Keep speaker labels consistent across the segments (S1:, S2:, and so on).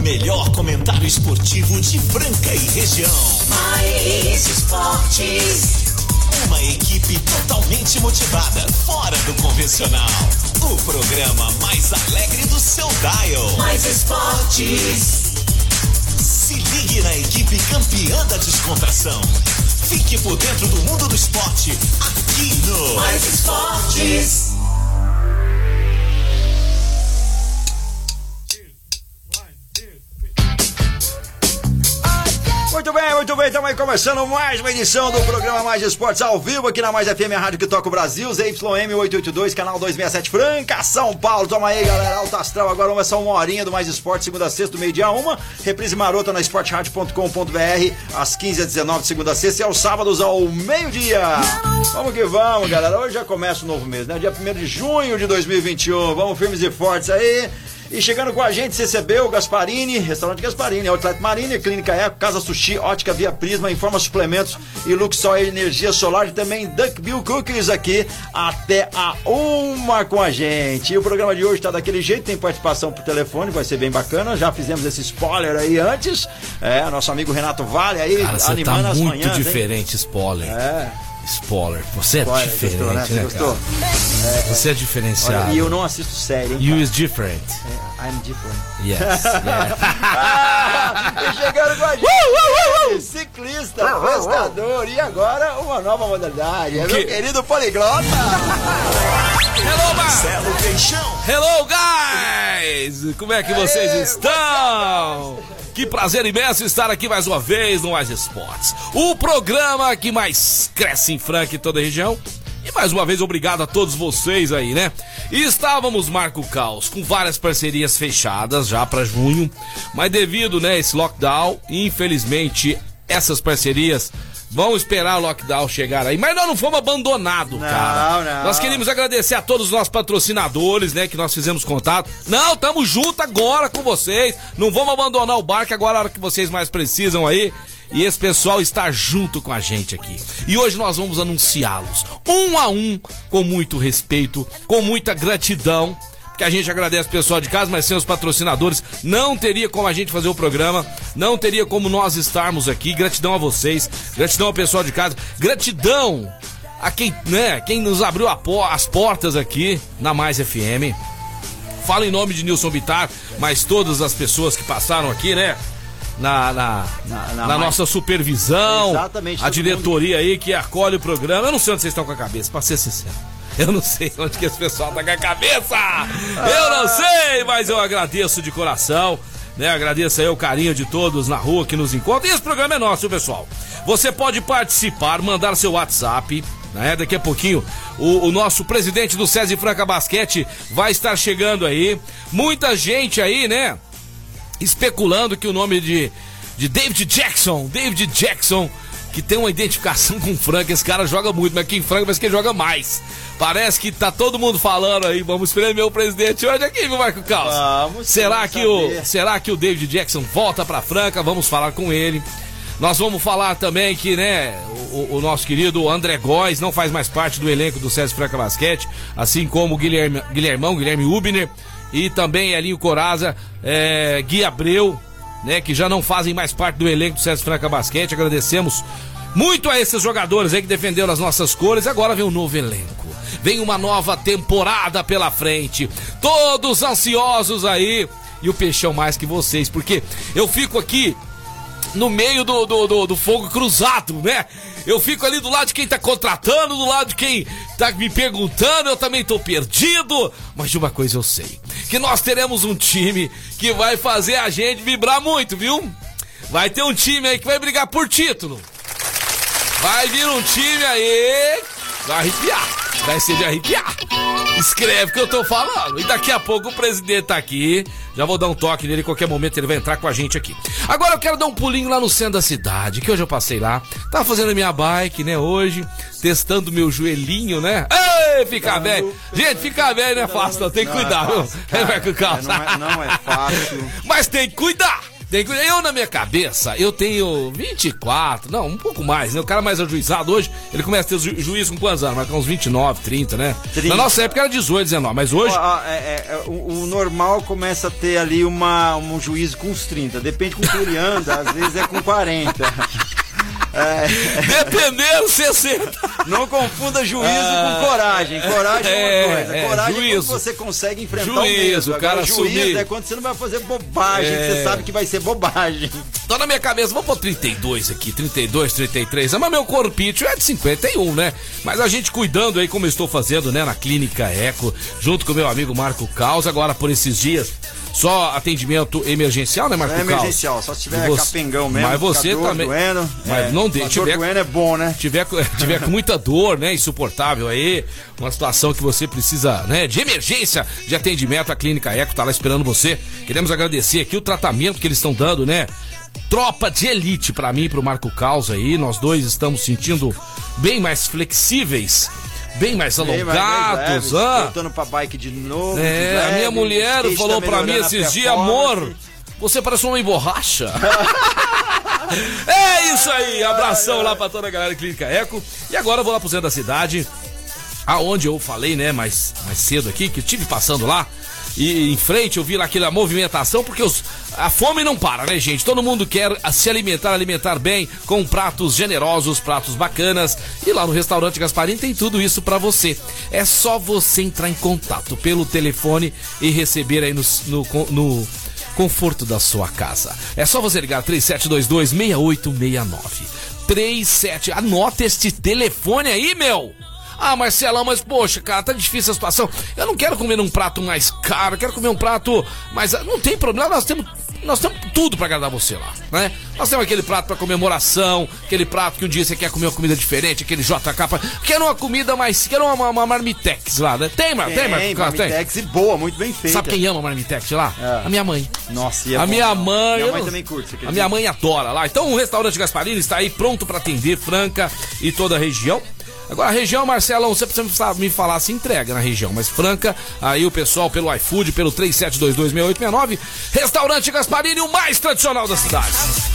S1: O melhor comentário esportivo de Franca e região. Mais Esportes. Uma equipe totalmente motivada, fora do convencional. O programa mais alegre do seu dial. Mais Esportes. Se ligue na equipe campeã da descontração. Fique por dentro do mundo do esporte, aqui no Mais Esportes.
S2: Muito bem, estamos aí começando mais uma edição do programa Mais Esportes ao vivo aqui na Mais FM, a rádio que toca o Brasil, ZYM 882, canal 267, Franca, São Paulo. Toma aí, galera, Alto Astral, agora vamos começar uma horinha do Mais Esportes, segunda a sexta, do meio-dia a uma, reprise marota na esportradio.com.br, às 15 às 19, segunda a sexta, e aos sábados ao meio-dia. Vamos que vamos, galera, hoje já começa o novo mês, né, dia 1º de junho de 2021, vamos firmes e fortes aí. E chegando com a gente, CCB, o Gasparini, Restaurante Gasparini, Outlet Marine, Clínica Eco, Casa Sushi, Ótica Via Prisma, Informa Suplementos e Luxol Energia Solar e também Duckbill Cookies aqui até a 1 com a gente. E o programa de hoje está daquele jeito, tem participação por telefone, vai ser bem bacana, já fizemos esse spoiler aí antes, nosso amigo Renato Vale aí,
S3: cara,
S2: animando
S3: tá
S2: as
S3: muito
S2: manhãs.
S3: Diferente, spoiler. Spoiler, você é
S2: spoiler,
S3: diferente,
S2: gostou, né? Você gostou?
S3: Você é diferenciado.
S2: Olha, e eu não assisto série, hein?
S3: You is different.
S2: I'm different.
S3: Yes.
S2: E chegando com a gente, ciclista, pescador, e agora uma nova modalidade. É meu querido poliglota.
S3: Hello,
S1: Marcelo Peixão.
S3: Hello, guys! Como é que vocês estão? Que prazer imenso estar aqui mais uma vez no Mais Esportes, o programa que mais cresce em Franca e toda a região. E mais uma vez, obrigado a todos vocês aí, né? E estávamos, Marco Caos, com várias parcerias fechadas já para junho, mas devido, né, esse lockdown, infelizmente, essas parcerias vão esperar o lockdown chegar aí. Mas nós não fomos abandonados, cara.
S2: Não.
S3: Nós queríamos agradecer a todos os nossos patrocinadores, né, que nós fizemos contato. Não, tamo junto agora com vocês. Não vamos abandonar o barco agora, a hora que vocês mais precisam aí. E esse pessoal está junto com a gente aqui. E hoje nós vamos anunciá-los, um a um, com muito respeito, com muita gratidão. Que a gente agradece o pessoal de casa, mas sem os patrocinadores não teria como a gente fazer o programa, não teria como nós estarmos aqui. Gratidão a vocês, gratidão ao pessoal de casa, gratidão a quem, né, quem nos abriu as portas aqui na Mais FM. Falo em nome de Nilson Bittar, mas todas as pessoas que passaram aqui, né? Na nossa supervisão, exatamente, a diretoria aí que acolhe o programa. Eu não sei onde vocês estão com a cabeça, pra ser sincero. Eu não sei onde que esse pessoal tá com a cabeça. Eu não sei, mas eu agradeço de coração, né? Agradeço aí o carinho de todos na rua que nos encontram. E esse programa é nosso, pessoal. Você pode participar, mandar seu WhatsApp, né? Daqui a pouquinho o nosso presidente do SESI Franca Basquete vai estar chegando aí. Muita gente aí, né, especulando que o nome de David Jackson, que tem uma identificação com Franca. Esse cara joga muito, mas aqui em Franca parece que ele joga mais. Parece que tá todo mundo falando aí, vamos espremer o presidente hoje aqui, viu, Marco Caos?
S2: Vamos.
S3: Será que o David Jackson volta pra Franca? Vamos falar com ele. Nós vamos falar também que, né, o nosso querido André Góes não faz mais parte do elenco do SESI Franca Basquete, assim como o Guilherme Ubner, e também Elinho Coraza, Gui Abreu, né, que já não fazem mais parte do elenco do SESI Franca Basquete. Agradecemos muito a esses jogadores aí que defenderam as nossas cores. Agora vem um novo elenco, vem uma nova temporada pela frente, todos ansiosos aí, e o Peixão mais que vocês, porque eu fico aqui no meio do fogo cruzado, né? Eu fico ali do lado de quem tá contratando, do lado de quem tá me perguntando, eu também tô perdido. Mas de uma coisa eu sei, que nós teremos um time que vai fazer a gente vibrar muito, viu? Vai ter um time aí que vai brigar por título. Vai vir um time aí, vai arrepiar, vai ser de arrepiar. Escreve o que eu tô falando. E daqui a pouco o presidente tá aqui. Já vou dar um toque nele, em qualquer momento ele vai entrar com a gente aqui. Agora eu quero dar um pulinho lá no centro da cidade, que hoje eu passei lá. Tava fazendo a minha bike, né, hoje. Testando meu joelhinho, né? Ei, ficar velho. Gente, ficar velho não é fácil, não. Tem que cuidar, viu?
S2: Não é fácil.
S3: Mas tem que cuidar. Eu, na minha cabeça, eu tenho 24, não, um pouco mais, né? O cara mais ajuizado hoje, ele começa a ter juízo com quantos anos? Marca uns 29, 30, né? 30. Na nossa época era 18, 19, mas hoje...
S2: O normal começa a ter ali um juízo com uns 30, depende com que ele anda, às vezes é com 40.
S3: Dependendo, 60.
S2: Não confunda juízo com coragem. Coragem é uma coisa. Coragem
S3: juízo.
S2: É quando você consegue enfrentar o medo.
S3: O cara
S2: juízo é quando você não vai fazer bobagem, que você sabe que vai ser bobagem.
S3: Então na minha cabeça, vamos pôr 32 aqui, 32, 33. Mas meu corpinho é de 51, né? Mas a gente cuidando aí, como eu estou fazendo, né? Na Clínica Eco, junto com o meu amigo Marco Caos, agora por esses dias. Só atendimento emergencial, né, Marco Caos?
S2: É emergencial, só se tiver capengão mesmo.
S3: Mas você também.
S2: Doendo,
S3: mas não deixa.
S2: Tiver doendo é bom, né?
S3: Tiver com muita dor, né? Insuportável aí. Uma situação que você precisa, né? De emergência de atendimento. A Clínica Eco tá lá esperando você. Queremos agradecer aqui o tratamento que eles estão dando, né? Tropa de elite pra mim e pro Marco Caos aí. Nós dois estamos sentindo bem mais flexíveis. Bem mais alongados,
S2: voltando pra bike de novo.
S3: A minha mulher falou pra mim esses dias, amor, você parece uma borracha. É isso aí, abração lá pra toda a galera da Clínica Eco. E agora eu vou lá pro centro da cidade, aonde eu falei, né, mais cedo aqui, que eu estive passando lá. E em frente eu vi lá aquela movimentação, porque a fome não para, né, gente? Todo mundo quer se alimentar bem, com pratos generosos, pratos bacanas. E lá no restaurante Gasparini tem tudo isso pra você. É só você entrar em contato pelo telefone e receber aí no conforto da sua casa. É só você ligar 3722-6869. Anota este telefone aí, meu! Ah, Marcelão, mas poxa, cara, tá difícil a situação. Eu não quero comer um prato mais caro, eu quero comer um prato mais... Não tem problema, nós temos tudo pra agradar você lá, né? Nós temos aquele prato pra comemoração, aquele prato que um dia você quer comer uma comida diferente, aquele JK, quero uma comida mais... Quero uma marmitex lá, né? Tem
S2: marmitex e boa, muito bem feita.
S3: Sabe quem ama marmitex lá? A minha mãe.
S2: Nossa,
S3: a minha mãe...
S2: Minha mãe também curte.
S3: A minha mãe adora lá. Então o restaurante Gasparini está aí pronto pra atender Franca e toda a região. Agora, a região, Marcelão, você precisa me falar se entrega na região, mas Franca, aí o pessoal pelo iFood, pelo 37226869, Restaurante Gasparini, o mais tradicional da cidade.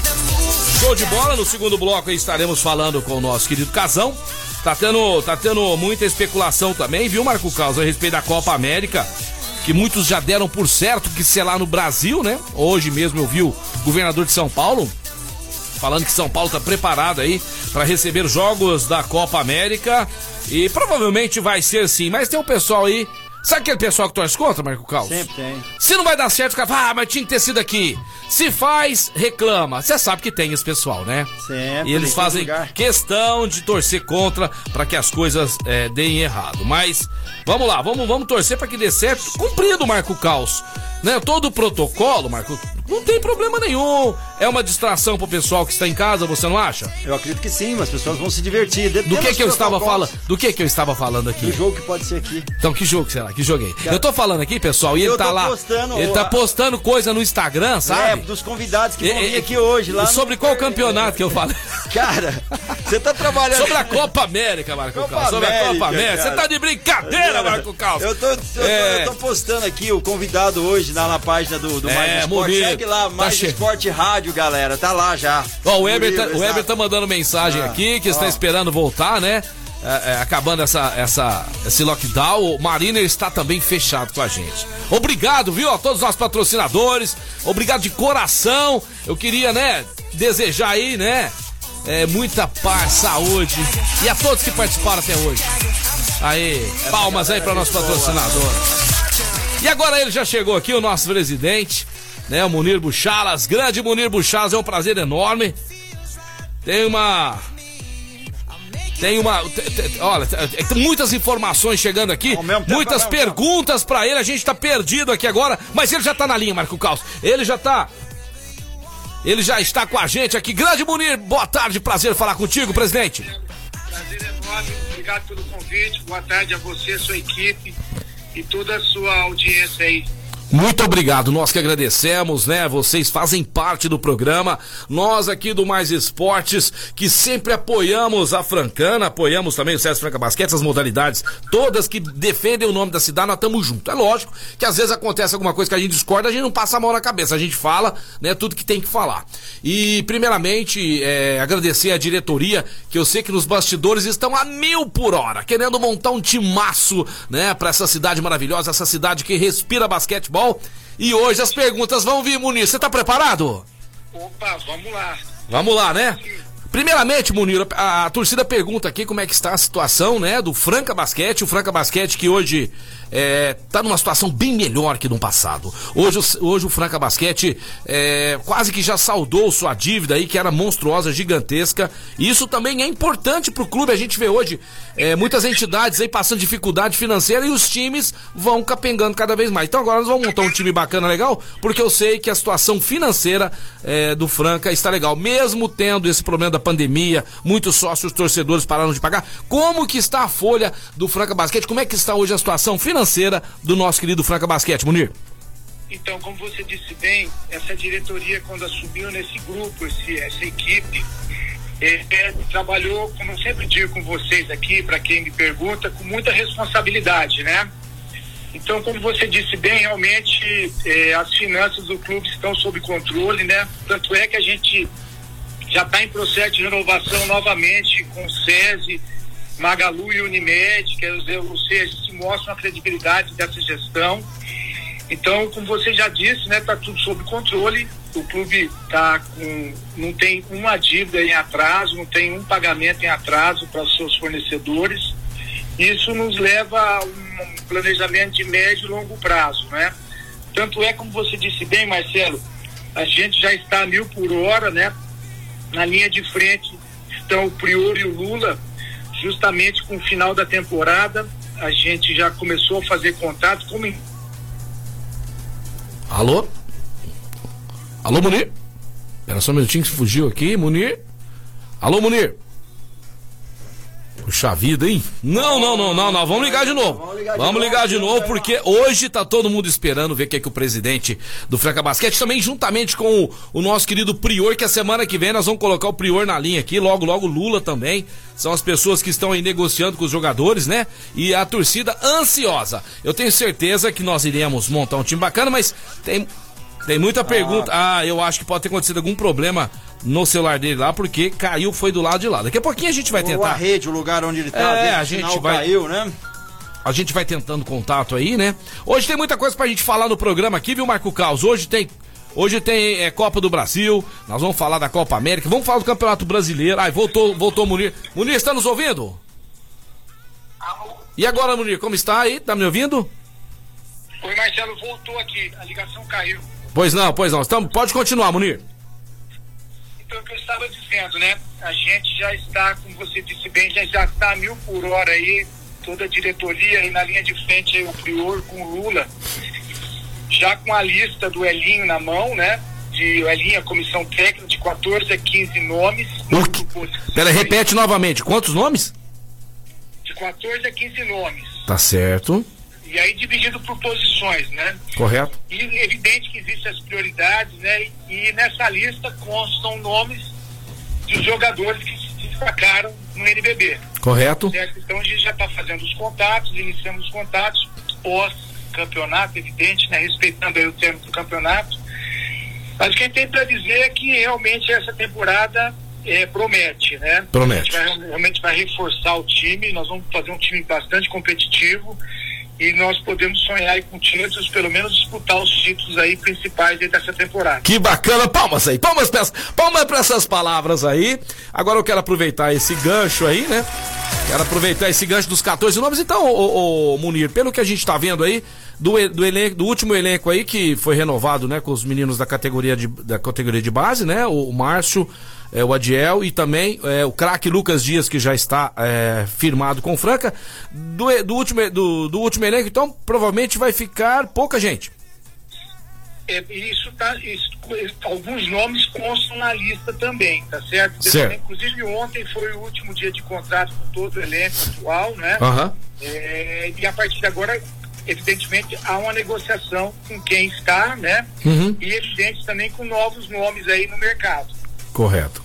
S3: Show de bola, no segundo bloco aí estaremos falando com o nosso querido Casão. Tá tendo muita especulação também, viu, Marco Caos, a respeito da Copa América, que muitos já deram por certo que ser lá no Brasil, né? Hoje mesmo eu vi o governador de São Paulo falando que São Paulo tá preparado aí para receber jogos da Copa América e provavelmente vai ser sim, mas tem um pessoal aí, sabe aquele pessoal que torce contra, Marco Caos?
S2: Sempre tem.
S3: Se não vai dar certo, o cara fala, mas tinha que ter sido aqui. Se faz, reclama. Você sabe que tem esse pessoal, né?
S2: Sempre.
S3: E eles fazem questão de torcer contra para que as coisas deem errado. Mas vamos lá, vamos torcer para que dê certo. Cumprido, Marco Caos, né? Todo o protocolo, Marco, não tem problema nenhum. É uma distração pro pessoal que está em casa, você não acha?
S2: Eu acredito que sim, mas as pessoas vão se divertir.
S3: Do que eu estava falando? Do que eu estava falando aqui?
S2: Do jogo que pode ser aqui.
S3: Então, que jogo será? Que joguei? Eu tô falando aqui, pessoal, e ele tá lá. Ele tá postando coisa no Instagram, sabe?
S2: Dos convidados que vão vir aqui hoje lá.
S3: Sobre qual campeonato que eu falei?
S2: Cara, você tá trabalhando.
S3: Sobre a Copa América, Marco Caos. Sobre a Copa América. Você tá de brincadeira, Marco Caos.
S2: Eu tô postando aqui o convidado hoje lá na página do Mais Esporte. Segue lá, Mais Esporte Rádio, galera. Tá lá já.
S3: Ó, o Eber tá mandando mensagem aqui, que está esperando voltar, né? Acabando esse lockdown, o Mariner está também fechado com a gente. Obrigado, viu, a todos os nossos patrocinadores. Obrigado de coração. Eu queria, né, desejar aí, né, muita paz, saúde e a todos que participaram até hoje. Aí, palmas aí para nosso patrocinador. E agora ele já chegou aqui, o nosso presidente, né, o Munir Buchalas. Grande Munir Buchalas, é um prazer enorme. Olha, tem muitas informações chegando aqui, muitas perguntas pra ele, a gente tá perdido aqui agora, mas ele já tá na linha, Marco Caos. Ele já está com a gente aqui. Grande Munir, boa tarde, prazer falar contigo, presidente.
S4: Prazer enorme, obrigado pelo convite, boa tarde a você, sua equipe e toda a sua audiência aí.
S3: Muito obrigado, nós que agradecemos, né? Vocês fazem parte do programa, nós aqui do Mais Esportes, que sempre apoiamos a Francana, apoiamos também o César Franca Basquete, as modalidades todas que defendem o nome da cidade, nós estamos juntos. É lógico que às vezes acontece alguma coisa que a gente discorda, a gente não passa a mão na cabeça, a gente fala, né, tudo que tem que falar. E primeiramente, agradecer a diretoria, que eu sei que nos bastidores estão a 1000 por hora, querendo montar um timaço, né, pra essa cidade maravilhosa, essa cidade que respira basquetebol. E hoje as perguntas vão vir, Munir. Você tá preparado?
S4: Opa, vamos lá.
S3: Vamos lá, né? Primeiramente, Munir, a torcida pergunta aqui como é que está a situação, né, do Franca Basquete. O Franca Basquete que hoje tá numa situação bem melhor que no passado. Hoje o Franca Basquete quase que já saldou sua dívida aí, que era monstruosa, gigantesca. E isso também é importante pro clube. A gente vê hoje muitas entidades aí passando dificuldade financeira e os times vão capengando cada vez mais. Então agora nós vamos montar um time bacana, legal, porque eu sei que a situação financeira do Franca está legal. Mesmo tendo esse problema da pandemia, muitos sócios torcedores pararam de pagar. Como que está a folha do Franca Basquete? Como é que está hoje a situação financeira do nosso querido Franca Basquete, Munir?
S4: Então, como você disse bem, essa diretoria, quando assumiu nesse grupo, essa equipe, trabalhou, como eu sempre digo com vocês aqui, para quem me pergunta, com muita responsabilidade, né? Então, como você disse bem, realmente as finanças do clube estão sob controle, né? Tanto é que a gente já está em processo de renovação novamente com o SESI, Magalu e Unimed, ou seja, se mostra a credibilidade dessa gestão. Então, como você já disse, né, tá tudo sob controle. O clube não tem uma dívida em atraso, não tem um pagamento em atraso para os seus fornecedores. Isso nos leva a um planejamento de médio e longo prazo, né? Tanto é, como você disse bem, Marcelo, a gente já está a 1000 por hora, né? Na linha de frente estão o Prior e o Lula. Justamente com o final da temporada, a gente já começou a fazer contato.
S3: Alô? Alô, Munir? Espera só um minutinho que fugiu aqui, Munir. Alô, Munir? Puxa vida, hein? Não, vamos ligar de novo. Vamos ligar de novo, porque hoje tá todo mundo esperando ver o que é que o presidente do Franca Basquete, também juntamente com o nosso querido Prior, que a semana que vem nós vamos colocar o Prior na linha aqui, logo Lula também. São as pessoas que estão aí negociando com os jogadores, né? E a torcida ansiosa. Eu tenho certeza que nós iremos montar um time bacana, mas tem muita pergunta. Eu acho que pode ter acontecido algum problema no celular dele lá, porque caiu, foi do lado de lá. Daqui a pouquinho a gente vai tentar.
S2: A rede, o lugar onde ele tá,
S3: a gente vai.
S2: Caiu, né?
S3: A gente vai tentando contato aí, né? Hoje tem muita coisa pra gente falar no programa aqui, viu, Marco Caos? Hoje tem Copa do Brasil, nós vamos falar da Copa América, vamos falar do Campeonato Brasileiro. Voltou o Munir. Munir, está nos ouvindo? E agora, Munir, como está aí? Tá me ouvindo?
S4: Oi, Marcelo, voltou aqui, a ligação caiu.
S3: Pois não. Então, pode continuar, Munir.
S4: Então, o que eu estava dizendo, né? A gente já está, como você disse bem, já está a 1000 por hora aí, toda a diretoria aí na linha de frente, aí, o Prior com o Lula, já com a lista do Elinho na mão, né? O Elinho, a comissão técnica, de 14 a 15 nomes.
S3: Pera, repete novamente, quantos nomes?
S4: De 14 a 15 nomes.
S3: Tá certo.
S4: E aí dividido por posições, né?
S3: Correto.
S4: E é evidente que existem as prioridades, né? E nessa lista constam nomes dos jogadores que se destacaram no NBB.
S3: Correto.
S4: Certo? Então a gente já está fazendo os contatos, iniciamos os contatos pós-campeonato, evidente, né? Respeitando aí o termo do campeonato. Mas o que a gente tem para dizer é que realmente essa temporada promete, né?
S3: Promete.
S4: A gente realmente vai reforçar o time, nós vamos fazer um time bastante competitivo. E nós podemos sonhar aí com títulos, pelo menos disputar os títulos aí principais aí dessa temporada. Que bacana,
S3: palmas aí, palmas pra essas palavras aí. Agora eu quero aproveitar esse gancho aí, né? Quero aproveitar esse gancho dos 14 nomes. Então, ô Munir, pelo que a gente tá vendo aí, do último elenco aí, que foi renovado, né, com os meninos da categoria de base, né? O Márcio, o Adiel e também o craque Lucas Dias, que já está firmado com o Franca. Do último elenco, então provavelmente vai ficar pouca gente.
S4: Alguns nomes constam na lista também, tá certo?
S3: Certo.
S4: Inclusive ontem foi o último dia de contrato com todo o elenco atual, né?
S3: Uhum.
S4: E a partir de agora evidentemente há uma negociação com quem está, né? E evidente também com novos nomes aí no mercado.
S3: Correto.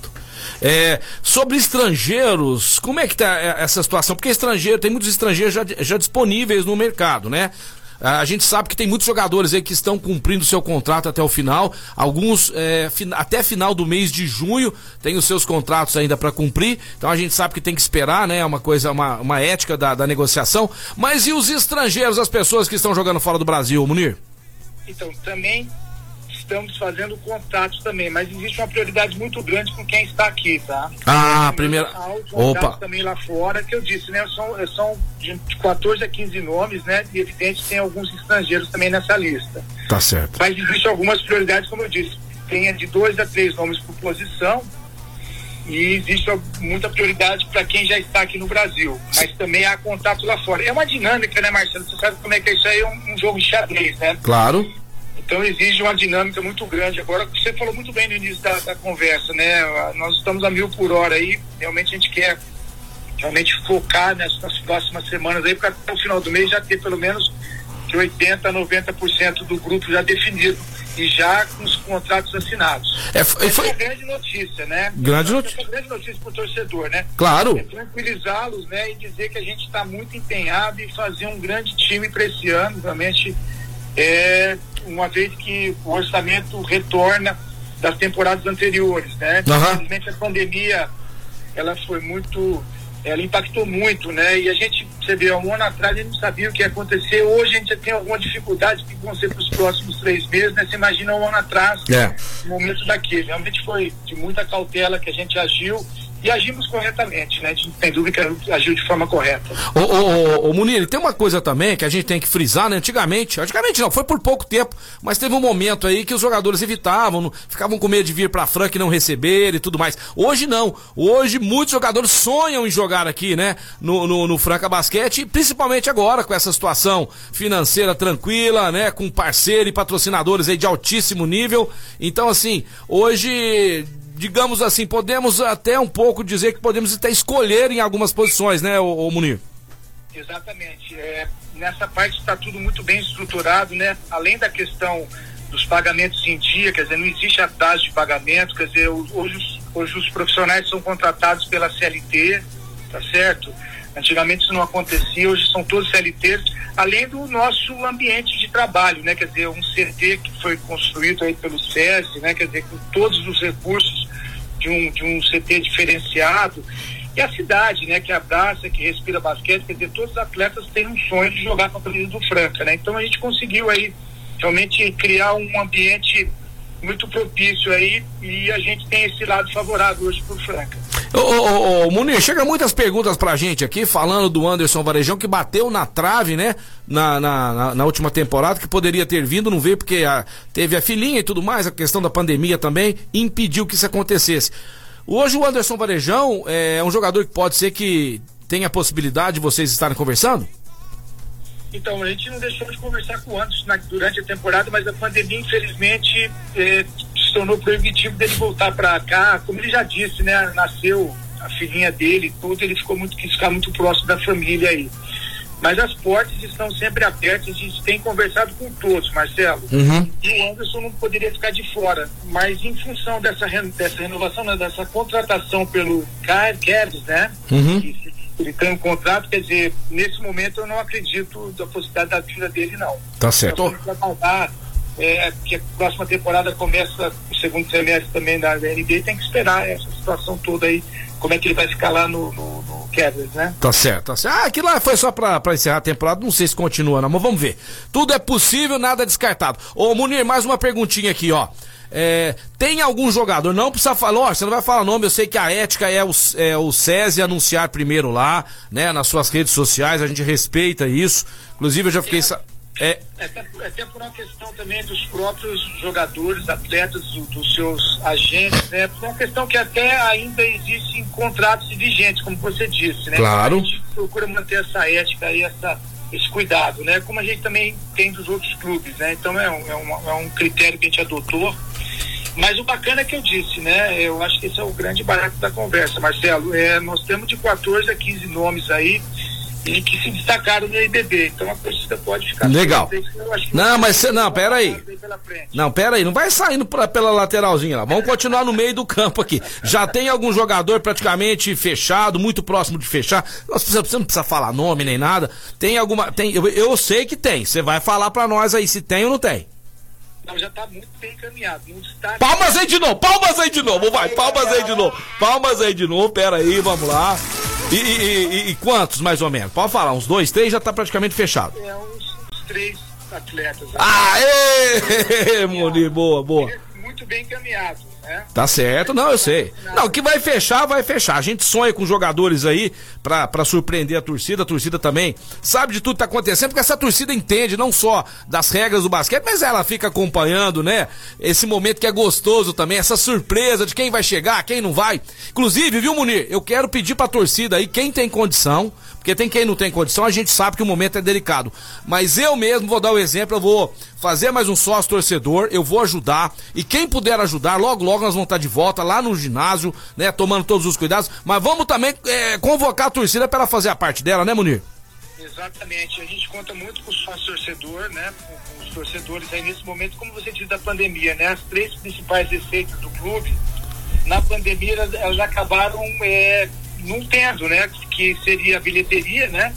S3: Sobre estrangeiros, como é que tá essa situação? Porque tem muitos estrangeiros já disponíveis no mercado, né? A gente sabe que tem muitos jogadores aí que estão cumprindo seu contrato até o final, alguns até final do mês de junho tem os seus contratos ainda para cumprir, então a gente sabe que tem que esperar, né? Uma ética da negociação. Mas e os estrangeiros, as pessoas que estão jogando fora do Brasil, Munir?
S4: Então, também estamos fazendo contatos também, mas existe uma prioridade muito grande com quem está aqui, tá?
S3: Primeiro.
S4: Opa! Também lá fora, que eu disse, né? São de 14 a 15 nomes, né? E evidente tem alguns estrangeiros também nessa lista.
S3: Tá certo.
S4: Mas existem algumas prioridades, como eu disse, tem de 2 a 3 nomes por posição e existe muita prioridade para quem já está aqui no Brasil, mas também há contato lá fora. É uma dinâmica, né, Marcelo? Você sabe como é que isso aí é um jogo de xadrez, né?
S3: Claro.
S4: Então exige uma dinâmica muito grande. Agora, você falou muito bem no início da conversa, né? Nós estamos a 1000 por hora aí, realmente a gente quer focar nas próximas semanas aí, para até o final do mês já ter pelo menos de 80% a 90% do grupo já definido e já com os contratos assinados. Essa é uma grande notícia, né?
S3: Grande notícia.
S4: É uma grande notícia para o torcedor, né?
S3: Claro.
S4: É tranquilizá-los, né? E dizer que a gente está muito empenhado em fazer um grande time para esse ano, realmente. Uma vez que o orçamento retorna das temporadas anteriores, né? Infelizmente a pandemia, ela impactou muito, né? E a gente, você vê, um ano atrás a gente não sabia o que ia acontecer, hoje a gente já tem alguma dificuldade que vão ser para os próximos 3 meses, né? Você imagina um ano atrás, o momento daquele. Realmente foi de muita cautela que a gente agiu. E agimos corretamente, né? A gente tem dúvida que agiu de forma correta.
S3: Ô Munir, tem uma coisa também que a gente tem que frisar, né? Antigamente não, foi por pouco tempo, mas teve um momento aí que os jogadores evitavam, ficavam com medo de vir pra Franca e não receber e tudo mais. Hoje não, hoje muitos jogadores sonham em jogar aqui, né? No Franca Basquete, e principalmente agora com essa situação financeira tranquila, né? Com parceiro e patrocinadores aí de altíssimo nível. Então, assim, hoje, digamos assim, podemos até um pouco dizer que podemos até escolher em algumas posições, né, ô Munir?
S4: Exatamente. Nessa parte está tudo muito bem estruturado, né? Além da questão dos pagamentos em dia, quer dizer, não existe atraso de pagamento, quer dizer, hoje os profissionais são contratados pela CLT, tá certo? Antigamente isso não acontecia, hoje são todos CLTs, além do nosso ambiente de trabalho, né? Quer dizer, um CT que foi construído aí pelo SESI, né? Quer dizer, com todos os recursos de um CT diferenciado, e a cidade, né? Que abraça, que respira basquete, quer dizer, todos os atletas têm um sonho de jogar com a camisa do Franca, né? Então a gente conseguiu aí realmente criar um ambiente muito propício aí, e a gente tem esse lado favorável hoje pro Franca.
S3: Ô Munir, chega muitas perguntas pra gente aqui, falando do Anderson Varejão, que bateu na trave, né, na última temporada, que poderia ter vindo, não veio porque teve a filhinha e tudo mais, a questão da pandemia também impediu que isso acontecesse. Hoje o Anderson Varejão é um jogador que pode ser que tenha a possibilidade de vocês estarem conversando?
S4: Então, a gente não deixou de conversar com o Anderson durante a temporada, mas a pandemia, infelizmente, se tornou proibitivo dele voltar para cá. Como ele já disse, né? Nasceu a filhinha dele e tudo, ele quis ficar muito próximo da família aí. Mas as portas estão sempre abertas, a gente tem conversado com todos, Marcelo. E o Anderson não poderia ficar de fora. Mas em função dessa renovação, né, dessa contratação pelo Kevs, né? Ele tem um contrato, quer dizer, nesse momento eu não acredito da possibilidade da vida dele, não.
S3: Tá certo.
S4: Que a próxima temporada começa o segundo semestre também da NBA, tem que esperar essa situação toda aí, como é que ele vai ficar lá no Cavs, né?
S3: Tá certo. Aquilo lá foi só pra encerrar a temporada, não sei se continua não, mas vamos ver. Tudo é possível, nada descartado. Ô Munir, mais uma perguntinha aqui, ó. Tem algum jogador, não precisa falar, você não vai falar nome, eu sei que a ética é o SESI anunciar primeiro lá, né, nas suas redes sociais, a gente respeita isso, inclusive eu já fiquei...
S4: Até por uma questão também dos próprios jogadores, atletas, dos seus agentes, né, por uma questão que até ainda existem contratos vigentes, como você disse, né?
S3: Claro.
S4: A gente procura manter essa ética e esse cuidado, né? Como a gente também tem dos outros clubes, né? Então é um critério que a gente adotou. Mas o bacana é que eu disse, né? Eu acho que esse é o grande barato da conversa, Marcelo. Nós temos de 14 a 15 nomes aí, e que se destacaram no IBB. Então a torcida pode ficar...
S3: Legal. Não, mas não, pera aí. Não, pera aí, não vai saindo pela lateralzinha lá. Vamos continuar no meio do campo aqui. Já tem algum jogador praticamente fechado, muito próximo de fechar. Você não precisa falar nome nem nada. Tem alguma... Eu sei que tem. Você vai falar pra nós aí se tem ou não tem.
S4: Não, já tá muito bem encaminhado.
S3: Palmas aí de novo, vai, palmas aí de novo, pera aí, vamos lá. E quantos mais ou menos? Pode falar, uns 2, 3 já tá praticamente fechado.
S4: Uns 3 atletas.
S3: Aê, Munir, boa.
S4: Muito bem encaminhado, né?
S3: Tá certo, não, eu sei. Não, que vai fechar. A gente sonha com jogadores aí pra surpreender a torcida também sabe de tudo que tá acontecendo, porque essa torcida entende não só das regras do basquete, mas ela fica acompanhando, né? Esse momento que é gostoso também, essa surpresa de quem vai chegar, quem não vai. Inclusive, viu, Munir, eu quero pedir pra torcida aí, quem tem condição, porque tem quem não tem condição, a gente sabe que o momento é delicado, mas eu mesmo vou dar o exemplo, eu vou fazer mais um sócio torcedor, eu vou ajudar, e quem puder ajudar, logo nós vamos estar de volta lá no ginásio, né, tomando todos os cuidados, mas vamos também convocar a torcida para ela fazer a parte dela, né, Munir?
S4: Exatamente, a gente conta muito com o sócio torcedor, né, com os torcedores aí nesse momento, como você disse, da pandemia, né, as 3 principais receitas do clube, na pandemia elas acabaram não tendo, né, que seria a bilheteria, né,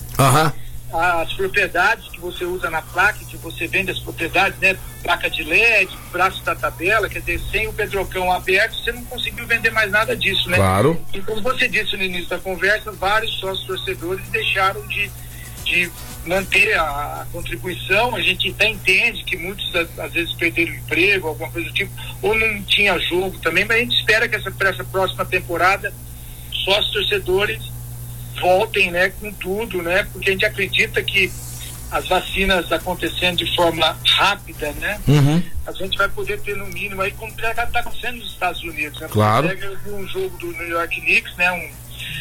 S4: as propriedades que você usa na placa, que você vende as propriedades, né, placa de LED, braço da tabela, quer dizer, sem o Pedrocão aberto, você não conseguiu vender mais nada disso, né?
S3: Claro.
S4: E como você disse no início da conversa, vários sócios torcedores deixaram de manter a contribuição. A gente até entende que muitos às vezes perderam o emprego, alguma coisa do tipo, ou não tinha jogo também, mas a gente espera que para essa próxima temporada sócios torcedores voltem, né, com tudo, né, porque a gente acredita que as vacinas acontecendo de forma rápida, né, a gente vai poder ter no mínimo aí, como já está acontecendo nos Estados Unidos, né,
S3: claro.
S4: Pega um jogo do New York Knicks, né,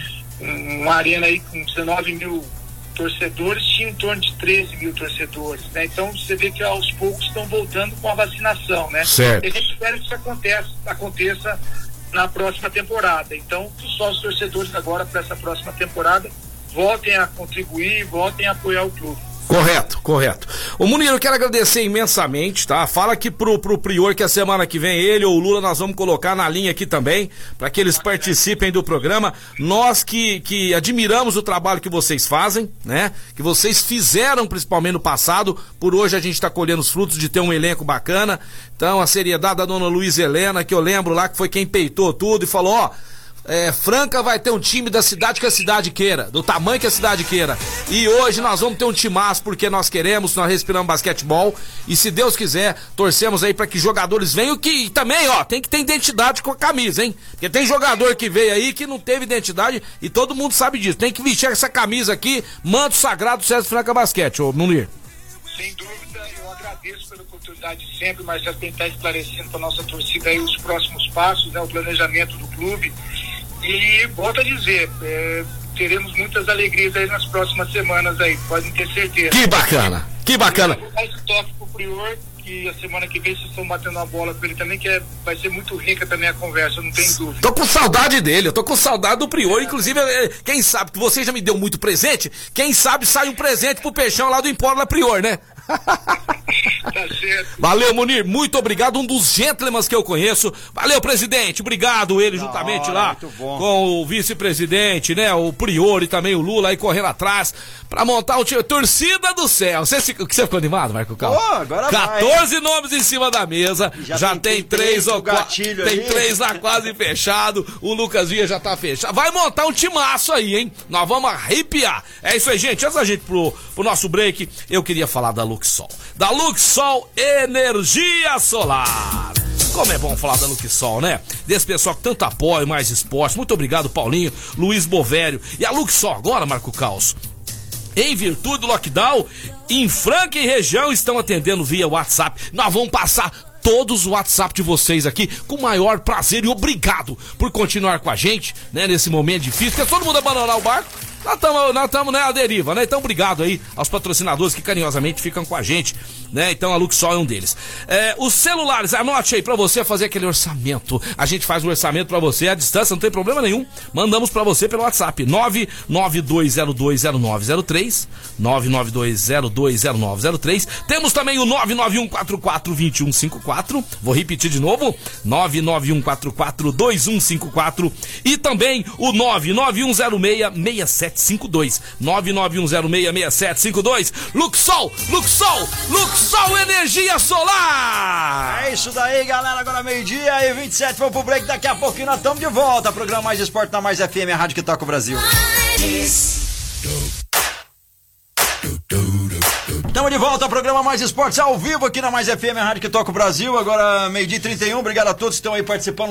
S4: uma arena aí com 19 mil torcedores, tinha em torno de 13 mil torcedores, né, então você vê que aos poucos estão voltando com a vacinação, né,
S3: certo.
S4: E a gente espera que isso aconteça na próxima temporada. Então, os sócios torcedores agora para essa próxima temporada voltem a contribuir, voltem a apoiar o clube.
S3: Correto. Ô Munir, eu quero agradecer imensamente, tá? Fala aqui pro Prior que a semana que vem ele ou o Lula nós vamos colocar na linha aqui também, para que eles participem do programa. Nós que admiramos o trabalho que vocês fazem, né? Que vocês fizeram principalmente no passado, por hoje a gente tá colhendo os frutos de ter um elenco bacana. Então a seriedade da dona Luiz Helena, que eu lembro lá que foi quem peitou tudo e falou, ó, Franca vai ter um time da cidade que a cidade queira, do tamanho que a cidade queira. E hoje nós vamos ter um timaço porque nós queremos, nós respiramos basquetebol. E se Deus quiser, torcemos aí para que jogadores venham que também, ó, tem que ter identidade com a camisa, hein? Porque tem jogador que veio aí que não teve identidade e todo mundo sabe disso. Tem que vestir essa camisa aqui, manto sagrado do César Franca Basquete, ô Munir.
S4: Sem dúvida, eu agradeço pela oportunidade sempre, mas já tentar esclarecendo para nossa torcida aí os próximos passos, né, o planejamento do clube. E volto a dizer, teremos muitas alegrias aí nas próximas semanas aí, podem ter certeza.
S3: Que bacana.
S4: Eu vou dar esse toque pro Prior, que a semana que vem vocês estão batendo uma bola com ele também, que vai ser muito rica também a conversa, não tem dúvida.
S3: Tô com saudade dele, eu tô com saudade do Prior, inclusive, quem sabe, que você já me deu muito presente, quem sabe sai um presente pro Peixão lá do Empório da Prior, né?
S4: Tá certo.
S3: Valeu, Munir, muito obrigado, um dos gentlemen que eu conheço. Valeu, presidente, obrigado, ele juntamente lá com o vice-presidente, né, o Prior e também o Lula aí correndo atrás pra montar o time. Torcida do céu. Você ficou animado, Marco Carlos?
S2: Agora
S3: 14 vai, nomes em cima da mesa, já tem 3 ou 4, tem 3 lá quase fechado, o Lucas Via já tá fechado. Vai montar um timaço aí, hein? Nós vamos arrepiar. É isso aí, gente. Antes da gente pro nosso break, eu queria falar da Luxol. Da Luxol Energia Solar. Como é bom falar da Luxol, né? Desse pessoal que tanto apoia, mais esporte. Muito obrigado, Paulinho, Luiz Bovério. E a Luxol agora, Marco Caos, em virtude do lockdown, em Franca e região estão atendendo via WhatsApp. Nós vamos passar todos os WhatsApp de vocês aqui com o maior prazer e obrigado por continuar com a gente, né, nesse momento difícil, porque todo mundo abandonar o barco. nós estamos, né, à deriva, né? Então, obrigado aí aos patrocinadores que carinhosamente ficam com a gente, né? Então, a Luxol é um deles. Os celulares, anote aí pra você fazer aquele orçamento. A gente faz o orçamento pra você à distância, não tem problema nenhum. Mandamos pra você pelo WhatsApp, 992020903, 992020903. Temos também o 991442154. Vou repetir de novo, 991442154. E também o 991066752, 991066752. Luxol Energia Solar.
S2: É isso daí, galera. Agora meio-dia e 27, vamos pro break. Daqui a pouquinho nós estamos de volta. Programa Mais Esporte na Mais FM, a rádio que toca o Brasil. Estamos de volta ao programa Mais Esportes ao vivo aqui na Mais FM, a rádio que toca o Brasil. Agora meio-dia 31, obrigado a todos que estão aí participando,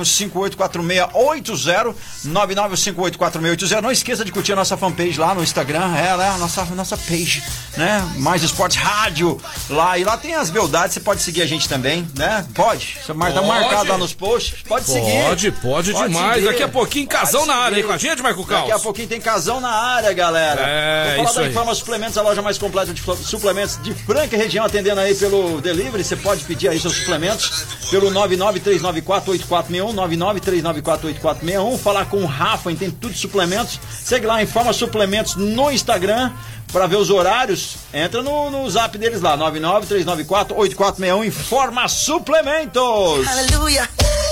S2: 995846680, 995846680. Não esqueça de curtir a nossa fanpage lá no Instagram, né, nossa page, né, Mais Esportes Rádio lá, e lá tem as beldades, você pode seguir a gente também, né, pode, você tá marcado lá nos posts, pode seguir.
S3: Pode demais, seguir. Daqui a pouquinho Casão na área aí com a gente, Marco Caos.
S2: Daqui a pouquinho tem Casão na área, galera. Vou falar da Informa Suplementos, a loja mais completa de suplementos de Franca e região, atendendo aí pelo delivery. Você pode pedir aí seus suplementos pelo 993948461, 993948461. Falar com o Rafa, entende tudo de suplementos. Segue lá, Informa Suplementos no Instagram para ver os horários. Entra no zap deles lá, 993948461. Informa Suplementos.
S1: Aleluia.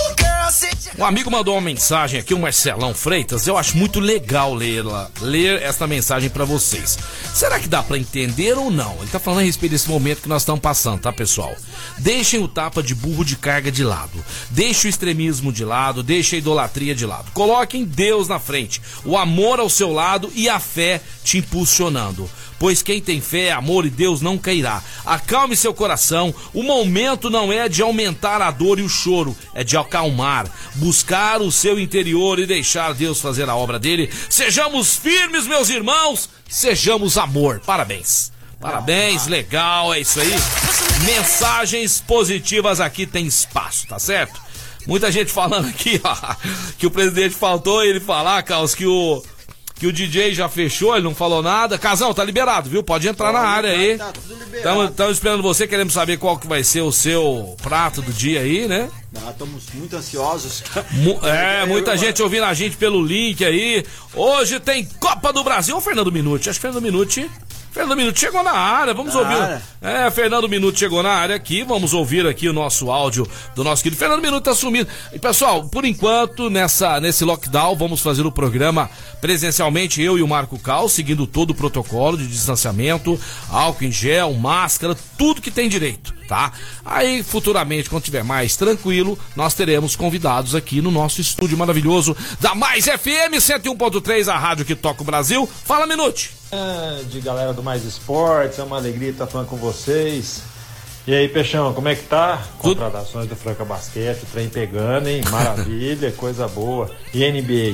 S3: Um amigo mandou uma mensagem aqui, o Marcelão Freitas. Eu acho muito legal ler esta mensagem pra vocês. Será que dá pra entender ou não? Ele tá falando a respeito desse momento que nós estamos passando, tá, pessoal? Deixem o tapa de burro de carga de lado. Deixem o extremismo de lado, deixem a idolatria de lado. Coloquem Deus na frente, o amor ao seu lado e a fé te impulsionando. Pois quem tem fé, amor e Deus não cairá. Acalme seu coração. O momento não é de aumentar a dor e o choro, é de acalmar, buscar o seu interior e deixar Deus fazer a obra dele. Sejamos firmes, meus irmãos, sejamos amor. Parabéns. Parabéns, legal, é isso aí. Mensagens positivas aqui tem espaço, tá certo? Muita gente falando aqui, ó, que o presidente faltou ele falar, Carlos, que o DJ já fechou, ele não falou nada. Casão, tá liberado, viu? Pode entrar na área aí. Estamos esperando você, queremos saber qual que vai ser o seu prato do dia aí, né?
S2: Estamos muito ansiosos.
S3: Muita gente ouvindo a gente pelo link aí. Hoje tem Copa do Brasil. Ô, Fernando Minuti, acho que Fernando Minuti chegou na área, vamos ouvir. Fernando Minuti chegou na área aqui, vamos ouvir aqui o nosso áudio do nosso querido Fernando Minuti tá sumido. E pessoal, por enquanto, nesse lockdown, vamos fazer o programa presencialmente, eu e o Marco Cal, seguindo todo o protocolo de distanciamento, álcool em gel, máscara, tudo que tem direito, tá? Aí, futuramente, quando tiver mais tranquilo, nós teremos convidados aqui no nosso estúdio maravilhoso da Mais FM 101.3, a rádio que toca o Brasil. Fala, Minuti!
S5: De galera do Mais Esportes, é uma alegria estar falando com vocês. E aí, Peixão, como é que tá? Contratações do Franca Basquete, o trem pegando, hein? Maravilha, coisa boa. E NBA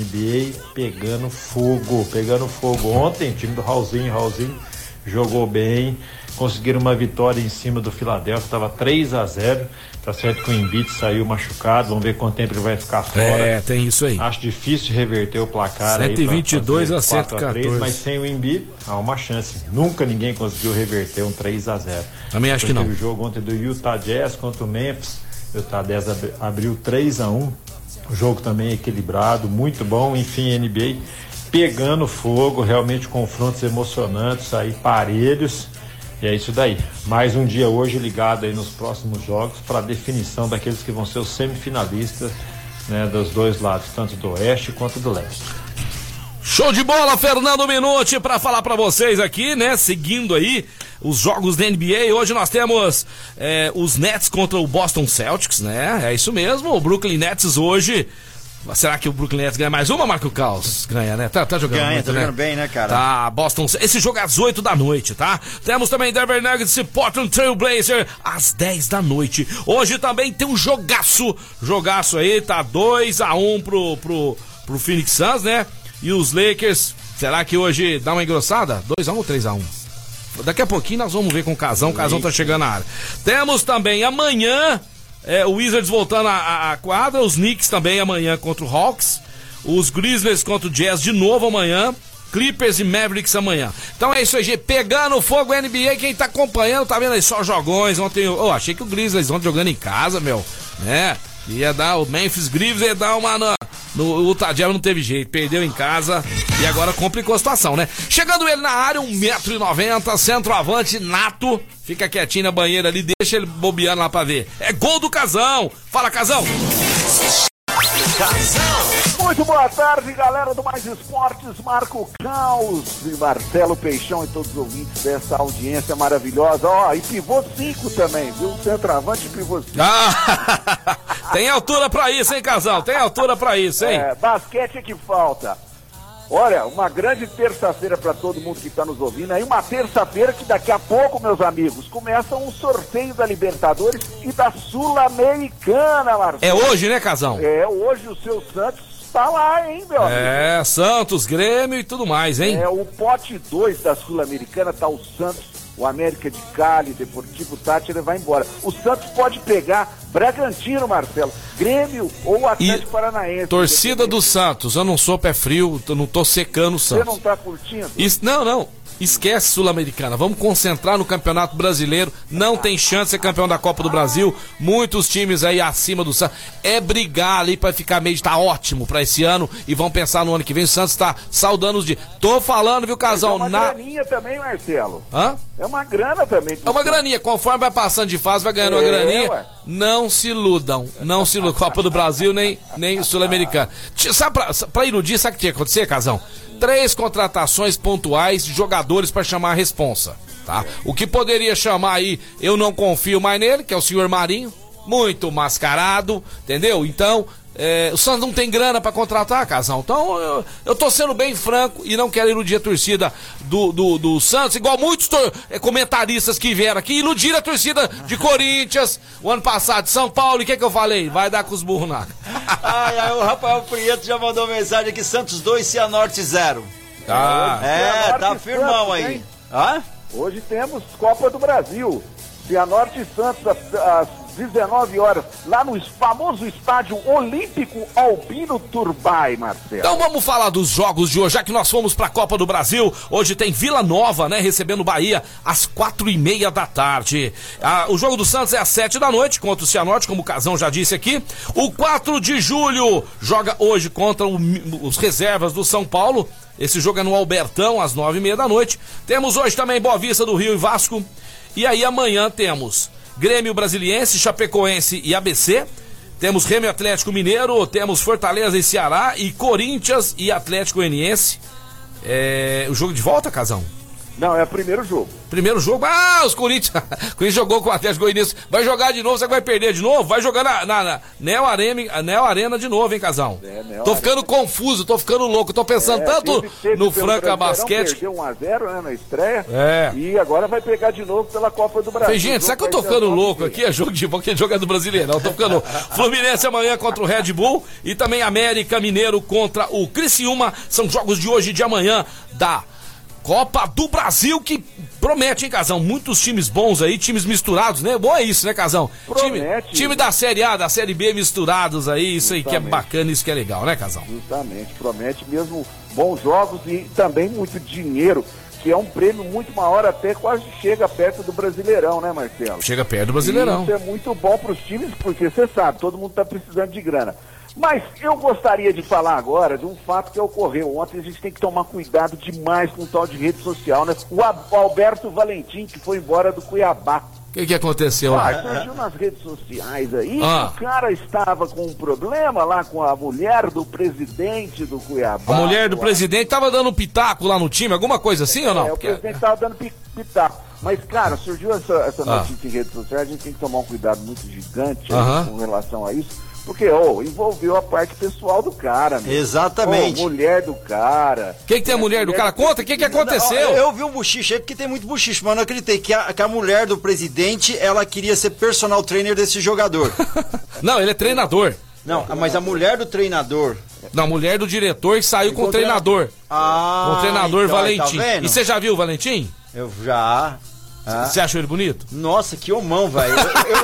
S5: pegando fogo. Ontem, o time do Raulzinho jogou bem, conseguiram uma vitória em cima do Philadelphia, estava 3-0. Tá certo que o Embiid saiu machucado, vamos ver quanto tempo ele vai ficar fora.
S3: Tem isso aí.
S5: Acho difícil reverter o placar
S3: 122
S5: aí
S3: a 114.
S5: Mas sem o Embiid, há uma chance. Nunca ninguém conseguiu reverter um 3-0.
S3: Também acho que não.
S5: Teve o jogo ontem do Utah Jazz contra o Memphis. O Utah Jazz abriu 3-1. O jogo também equilibrado, muito bom. Enfim, NBA pegando fogo, realmente confrontos emocionantes aí, parelhos. E é isso daí. Mais um dia hoje ligado aí nos próximos jogos para a definição daqueles que vão ser os semifinalistas, né, dos dois lados, tanto do oeste quanto do leste.
S3: Show de bola, Fernando Minuti, para falar para vocês aqui, né, seguindo aí os jogos da NBA. Hoje nós temos os Nets contra o Boston Celtics, né, é isso mesmo, o Brooklyn Nets hoje. Será que o Brooklyn Nets ganha mais uma, Marco Caos? Ganha, né? Tá jogando
S2: ganha,
S3: muito,
S2: tá jogando
S3: né?
S2: bem, né, cara?
S3: Tá, Boston... Esse jogo é às 8 da noite, tá? Temos também Denver Nuggets e Portland Trail Blazer às 10 da noite. Hoje também tem um jogaço aí, tá 2-1 pro Phoenix Suns, né? E os Lakers, será que hoje dá uma engrossada? 2-1 ou 3-1? Daqui a pouquinho nós vamos ver com o Casão tá chegando na área. Temos também amanhã... o Wizards voltando à quadra, os Knicks também amanhã contra o Hawks. Os Grizzlies contra o Jazz de novo amanhã. Clippers e Mavericks amanhã. Então é isso aí, gente. Pegando fogo NBA, quem tá acompanhando, tá vendo aí só jogões. Ontem, achei que o Grizzlies ontem jogando em casa, meu, né? Ia dar, o Memphis Grizzlies ia dar uma no Utah Jazz, não teve jeito, perdeu em casa e agora complicou a situação, né? Chegando ele na área, 1,90m, centroavante nato, fica quietinho na banheira ali, deixa ele bobeando lá pra ver. É gol do Casão. Fala, Casão.
S6: Muito boa tarde, galera do Mais Esportes, Marco Caos e Marcelo Peixão e todos os ouvintes dessa audiência maravilhosa. E pivô 5 também, viu? Centroavante e pivô 5.
S3: Tem altura pra isso, hein, Casão? Tem altura pra isso, hein?
S6: Basquete é que falta. Olha, uma grande terça-feira para todo mundo que está nos ouvindo. Aí uma terça-feira que daqui a pouco, meus amigos, começa um sorteio da Libertadores e da Sul-Americana, Marcelo.
S3: É hoje, né, Casão?
S6: É, hoje o seu Santos tá lá, hein, meu amigo?
S3: É, Santos, Grêmio e tudo mais, hein?
S6: É, o pote 2 da Sul-Americana tá o Santos, o América de Cali, Deportivo Táchira vai embora. O Santos pode pegar Bragantino, Marcelo, Grêmio ou Atlético Paranaense.
S3: Torcida do Santos, eu não sou pé frio, eu não tô secando o Santos.
S6: Você não tá curtindo?
S3: Não. Esquece Sul-Americana, vamos concentrar no Campeonato Brasileiro, não tem chance de ser campeão da Copa do Brasil, muitos times aí acima do Santos, é brigar ali pra ficar meio, tá ótimo pra esse ano e vão pensar no ano que vem, o Santos tá saudando os dias. Tô falando, viu, Casal?
S6: É uma graninha também, Marcelo.
S3: Hã?
S6: É uma grana também.
S3: É uma graninha, conforme vai passando de fase, vai ganhando uma graninha. Ué. Não se iludam, Copa do Brasil, nem Sul-Americana. Sabe, pra iludir, sabe o que tinha que acontecer, Casão? 3 contratações pontuais de jogadores para chamar a responsa, tá? O que poderia chamar aí, eu não confio mais nele, que é o senhor Marinho, muito mascarado, entendeu? Então, o Santos não tem grana para contratar, Casão. Então, eu tô sendo bem franco e não quero iludir a torcida do Santos, igual muitos comentaristas que vieram aqui, iludiram a torcida de Corinthians, o ano passado, de São Paulo, e o que eu falei? Vai dar com os burros na...
S2: O Rafael Prieto já mandou mensagem aqui, Santos 2, Cianorte 0. Tá firmão aí.
S6: Hein? Hoje temos Copa do Brasil, Cianorte e Santos às 19 horas, lá no famoso estádio Olímpico Albino Turbay, Marcelo.
S3: Então vamos falar dos jogos de hoje, já que nós fomos pra Copa do Brasil. Hoje tem Vila Nova, né, recebendo Bahia às 4:30 da tarde. O jogo do Santos é às 7 da noite contra o Cianorte, como o Casão já disse aqui. O 4 de julho joga hoje contra os reservas do São Paulo. Esse jogo é no Albertão, às 9:30 da noite. Temos hoje também Boa Vista do Rio e Vasco. E aí amanhã temos Grêmio Brasiliense, Chapecoense e ABC. Temos Remo Atlético Mineiro, temos Fortaleza e Ceará e Corinthians e Atlético Goianiense. O jogo de volta, Casão?
S6: Não, é o primeiro jogo.
S3: Primeiro jogo? Os Corinthians. O Corinthians jogou com o Atlético Goianiense. Vai jogar de novo, você vai perder de novo? Vai jogar na Neo Arena de novo, hein, Casão? Tô ficando confuso, tô ficando louco. Tô pensando tanto no Franca Basquete.
S6: Perdeu 1-0, né, na estreia. E agora vai pegar de novo pela Copa do Brasil.
S3: Gente, será que eu tô ficando louco aqui? É jogo de bola, que é jogo é do Brasileirão. Eu tô ficando louco. Fluminense amanhã contra o Red Bull e também América Mineiro contra o Criciúma. São jogos de hoje e de amanhã da Copa do Brasil, que promete, hein, Casão? Muitos times bons aí, times misturados, né? Bom é isso, né, Casão? Time da Série A, da Série B misturados aí, isso aí que é bacana, isso que é legal, né, Casão?
S6: Justamente, promete mesmo bons jogos e também muito dinheiro, que é um prêmio muito maior, até quase chega perto do Brasileirão, né, Marcelo?
S3: Chega perto do Brasileirão.
S6: E isso é muito bom para os times, porque você sabe, todo mundo está precisando de grana. Mas eu gostaria de falar agora de um fato que ocorreu ontem. A gente tem que tomar cuidado demais com o tal de rede social, né? O Alberto Valentim, que foi embora do Cuiabá.
S3: O que aconteceu?
S6: Surgiu nas redes sociais aí que o cara estava com um problema lá com a mulher do presidente do Cuiabá.
S3: A mulher do presidente estava dando pitaco lá no time, alguma coisa assim ou não?
S6: O presidente estava dando pitaco. Mas, cara, surgiu essa notícia em redes sociais, a gente tem que tomar um cuidado muito gigante com relação a isso. Porque, envolveu a parte pessoal do cara, meu.
S2: Exatamente.
S6: Mulher do cara.
S3: Quem que tem a mulher do cara? Conta, o que aconteceu?
S2: Eu vi um buchiche aí, porque tem muito buchiche, mas eu não acreditei que a mulher do presidente, ela queria ser personal trainer desse jogador.
S3: Não, ele é treinador.
S2: Não, mas a mulher do treinador...
S3: Não, a mulher do diretor que saiu com o treinador. Com o treinador
S2: então,
S3: Valentim.
S2: Tá,
S3: e você já viu o Valentim?
S2: Eu já...
S3: Você achou ele bonito?
S2: Nossa, que homão, velho.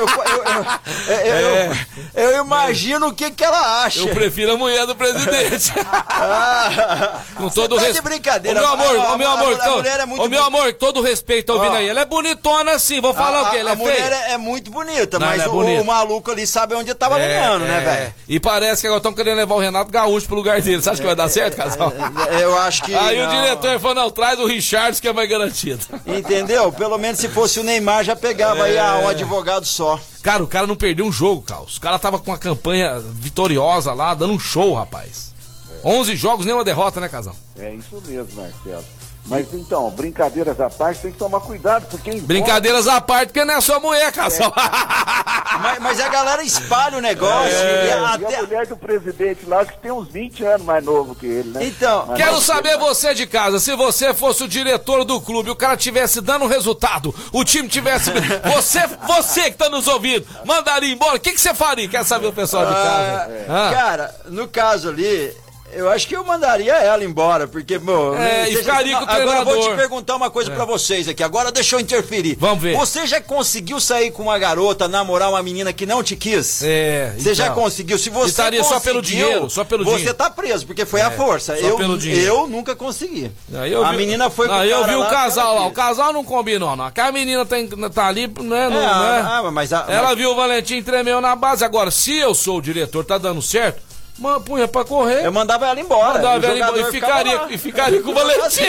S2: Eu imagino o que ela acha.
S3: Eu prefiro a mulher do presidente. Com todo
S2: tá
S3: respeito.
S2: de brincadeira.
S3: Ô, meu amor,
S2: a mulher é muito
S3: meu amor, todo respeito, tá ouvindo aí? Ela é bonitona assim, vou falar o quê? Ela
S2: a mulher é muito bonita,
S3: não,
S2: mas o maluco ali sabe onde tava ganhando, né, velho?
S3: E parece que agora estão querendo levar o Renato Gaúcho pro lugar dele. Você acha que vai dar certo, casal?
S2: Eu acho que.
S3: Aí
S2: não.
S3: O diretor falou: não, traz o Richards que é mais garantido.
S2: Entendeu? Pelo menos se fosse o Neymar já pegava aí um advogado só.
S3: Cara, o cara não perdeu um jogo, Carlos. O cara tava com uma campanha vitoriosa lá, dando um show, rapaz. 11 jogos, nenhuma derrota, né, casal?
S6: É isso mesmo, Marcelo. Mas então, brincadeiras à parte, tem que tomar cuidado, porque...
S3: Brincadeiras à parte, porque não é sua mulher, casal.
S2: Mas a galera espalha o negócio.
S6: E a mulher do presidente lá, que tem uns 20 anos mais novo que ele, né?
S2: Então,
S6: mas
S3: quero saber você de casa, se você fosse o diretor do clube, o cara tivesse dando resultado, o time tivesse... Você que tá nos ouvindo, mandaria embora, o que você faria? Quer saber o pessoal de casa?
S2: Cara, no caso ali... Eu acho que eu mandaria ela embora, porque, pô...
S3: e ficaria com o treinador.
S2: Agora eu vou te perguntar uma coisa pra vocês aqui. Agora deixa eu interferir.
S3: Vamos ver.
S2: Você já conseguiu sair com uma garota, namorar uma menina que não te quis? Você já conseguiu? Se você
S3: estaria só pelo dinheiro,
S2: você tá preso, porque foi a força. Eu nunca consegui. A menina foi com o cara.
S3: Eu vi o casal lá. O casal não combinou, não. A menina tá ali, né? Ela viu o Valentim tremeu na base. Agora, se eu sou o diretor, tá dando certo, punha pra correr.
S2: Eu mandava ela embora.
S3: E ficaria com o Valentim.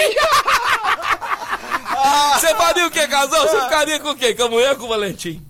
S3: Você faria o que, casal? Você ficaria com o quê? Com a mulher ou com o Valentim?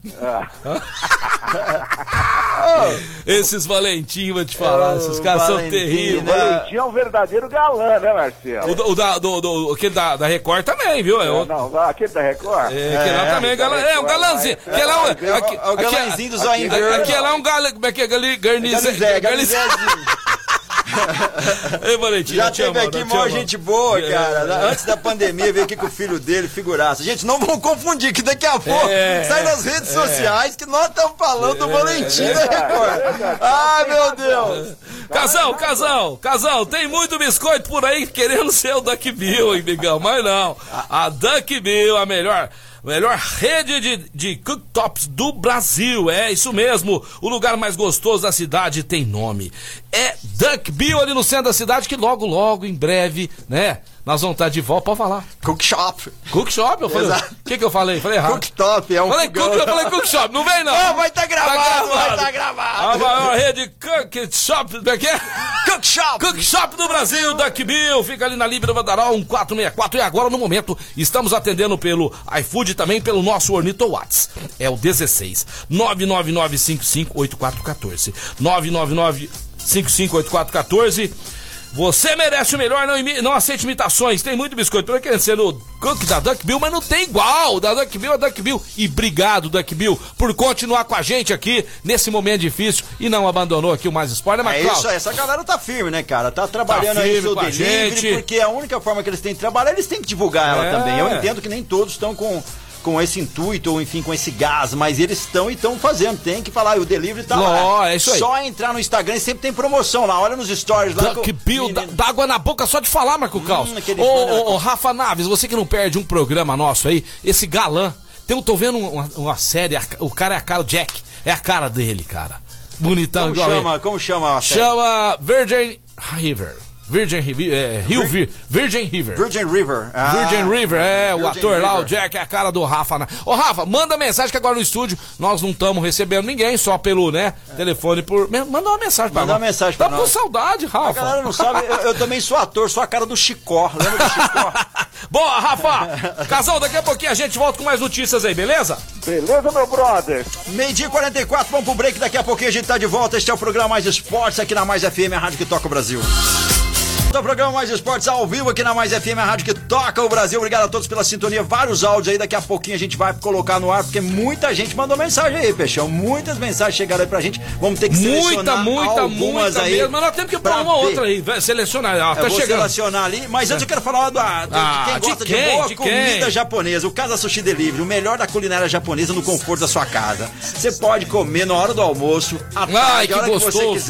S3: Esses Valentim, vou te falar, esses caras são terríveis.
S6: O Valentim é um verdadeiro galã, né, Marcelo?
S3: Aquele da Record também, viu?
S6: Aquele da Record?
S3: Aquele lá também é galã. É um galãzinho.
S2: O galãzinho do zoinho verde.
S3: Aquele lá é um galã. Como é que é? Garnizezinho. Ei, Valentim,
S2: já teve aqui maior gente boa, cara. Antes da pandemia veio aqui com o filho dele, figuraça. Gente, não vamos confundir, que daqui a pouco sai nas redes sociais que nós estamos falando do Valentim da Record. Ai, meu Deus.
S3: Casal, tem muito biscoito por aí querendo ser o Duck Bill, hein, Bigão? Mas não. A Duck Bill, a melhor rede de cooktops do Brasil. É isso mesmo. O lugar mais gostoso da cidade tem nome. É Duck Bill, ali no centro da cidade, que logo, em breve, né? Nós vamos estar de volta, pode falar.
S2: Cookshop?
S3: Eu falei. O que eu falei? Falei errado.
S2: Cooktop,
S3: eu falei cookshop, não vem não.
S2: Não, vai estar gravado.
S3: A maior rede cookshop, como é que é? Cookshop do Brasil, Duck Bill, fica ali na Líbero Vandarol 1464. E agora, no momento, estamos atendendo pelo iFood e também pelo nosso Ornito Whats. É o 16 999558414. 999558414. Você merece o melhor, não aceite imitações. Tem muito biscoito, querendo ser o cook da Duck Bill, mas não tem igual. Da Duck Bill é Duck Bill. E obrigado, Duck Bill, por continuar com a gente aqui nesse momento difícil e não abandonou aqui o Mais Esporte, né, Marcos?
S2: Isso, essa galera tá firme, né, cara? Tá trabalhando aí seu delivery, porque a única forma que eles têm de trabalhar, eles têm que divulgar ela também. Eu entendo que nem todos estão com esse intuito, ou enfim, com esse gás, mas eles estão e estão fazendo, tem que falar, o delivery tá lá.
S3: É isso aí.
S2: Só entrar no Instagram e sempre tem promoção lá, olha nos stories lá.
S3: Duck Bill, dá água na boca só de falar, Marco Caos. Ô, Rafa Naves, você que não perde um programa nosso aí, esse galã, tô vendo uma série, o cara é a cara, o Jack, é a cara dele, cara. Bonitão, igual
S2: como chama a série?
S3: Chama Virgin River. Virgin River.
S2: Virgin River,
S3: o ator lá, o Jack, é a cara do Rafa. Ô, Rafa, manda mensagem que agora no estúdio nós não estamos recebendo ninguém, só pelo, telefone por... Manda uma mensagem pra nós. Tamo com saudade, Rafa.
S2: A galera não sabe, eu também sou ator, sou a cara do Chicó, lembra do Chicó?
S3: Boa, Rafa! Casal, daqui a pouquinho a gente volta com mais notícias aí, beleza?
S6: Beleza, meu brother?
S2: 12h44, vamos pro break, daqui a pouquinho a gente tá de volta. Este é o programa Mais Esportes aqui na Mais FM, a rádio que toca o Brasil. O programa Mais Esportes ao vivo aqui na Mais FM, a rádio que toca o Brasil. Obrigado a todos pela sintonia, vários áudios aí, daqui a pouquinho a gente vai colocar no ar, porque muita gente mandou mensagem aí, Peixão, muitas mensagens chegaram aí pra gente, vamos ter que selecionar algumas aí,
S3: mesmo, mas nós temos que pôr uma outra aí, selecionar, tá
S2: chegando. Selecionar ali, mas antes eu quero falar de quem gosta de boa comida japonesa, o Casa Sushi Delivery, o melhor da culinária japonesa no conforto da sua casa. Você pode comer na hora do almoço, à tarde, a hora que você quiser.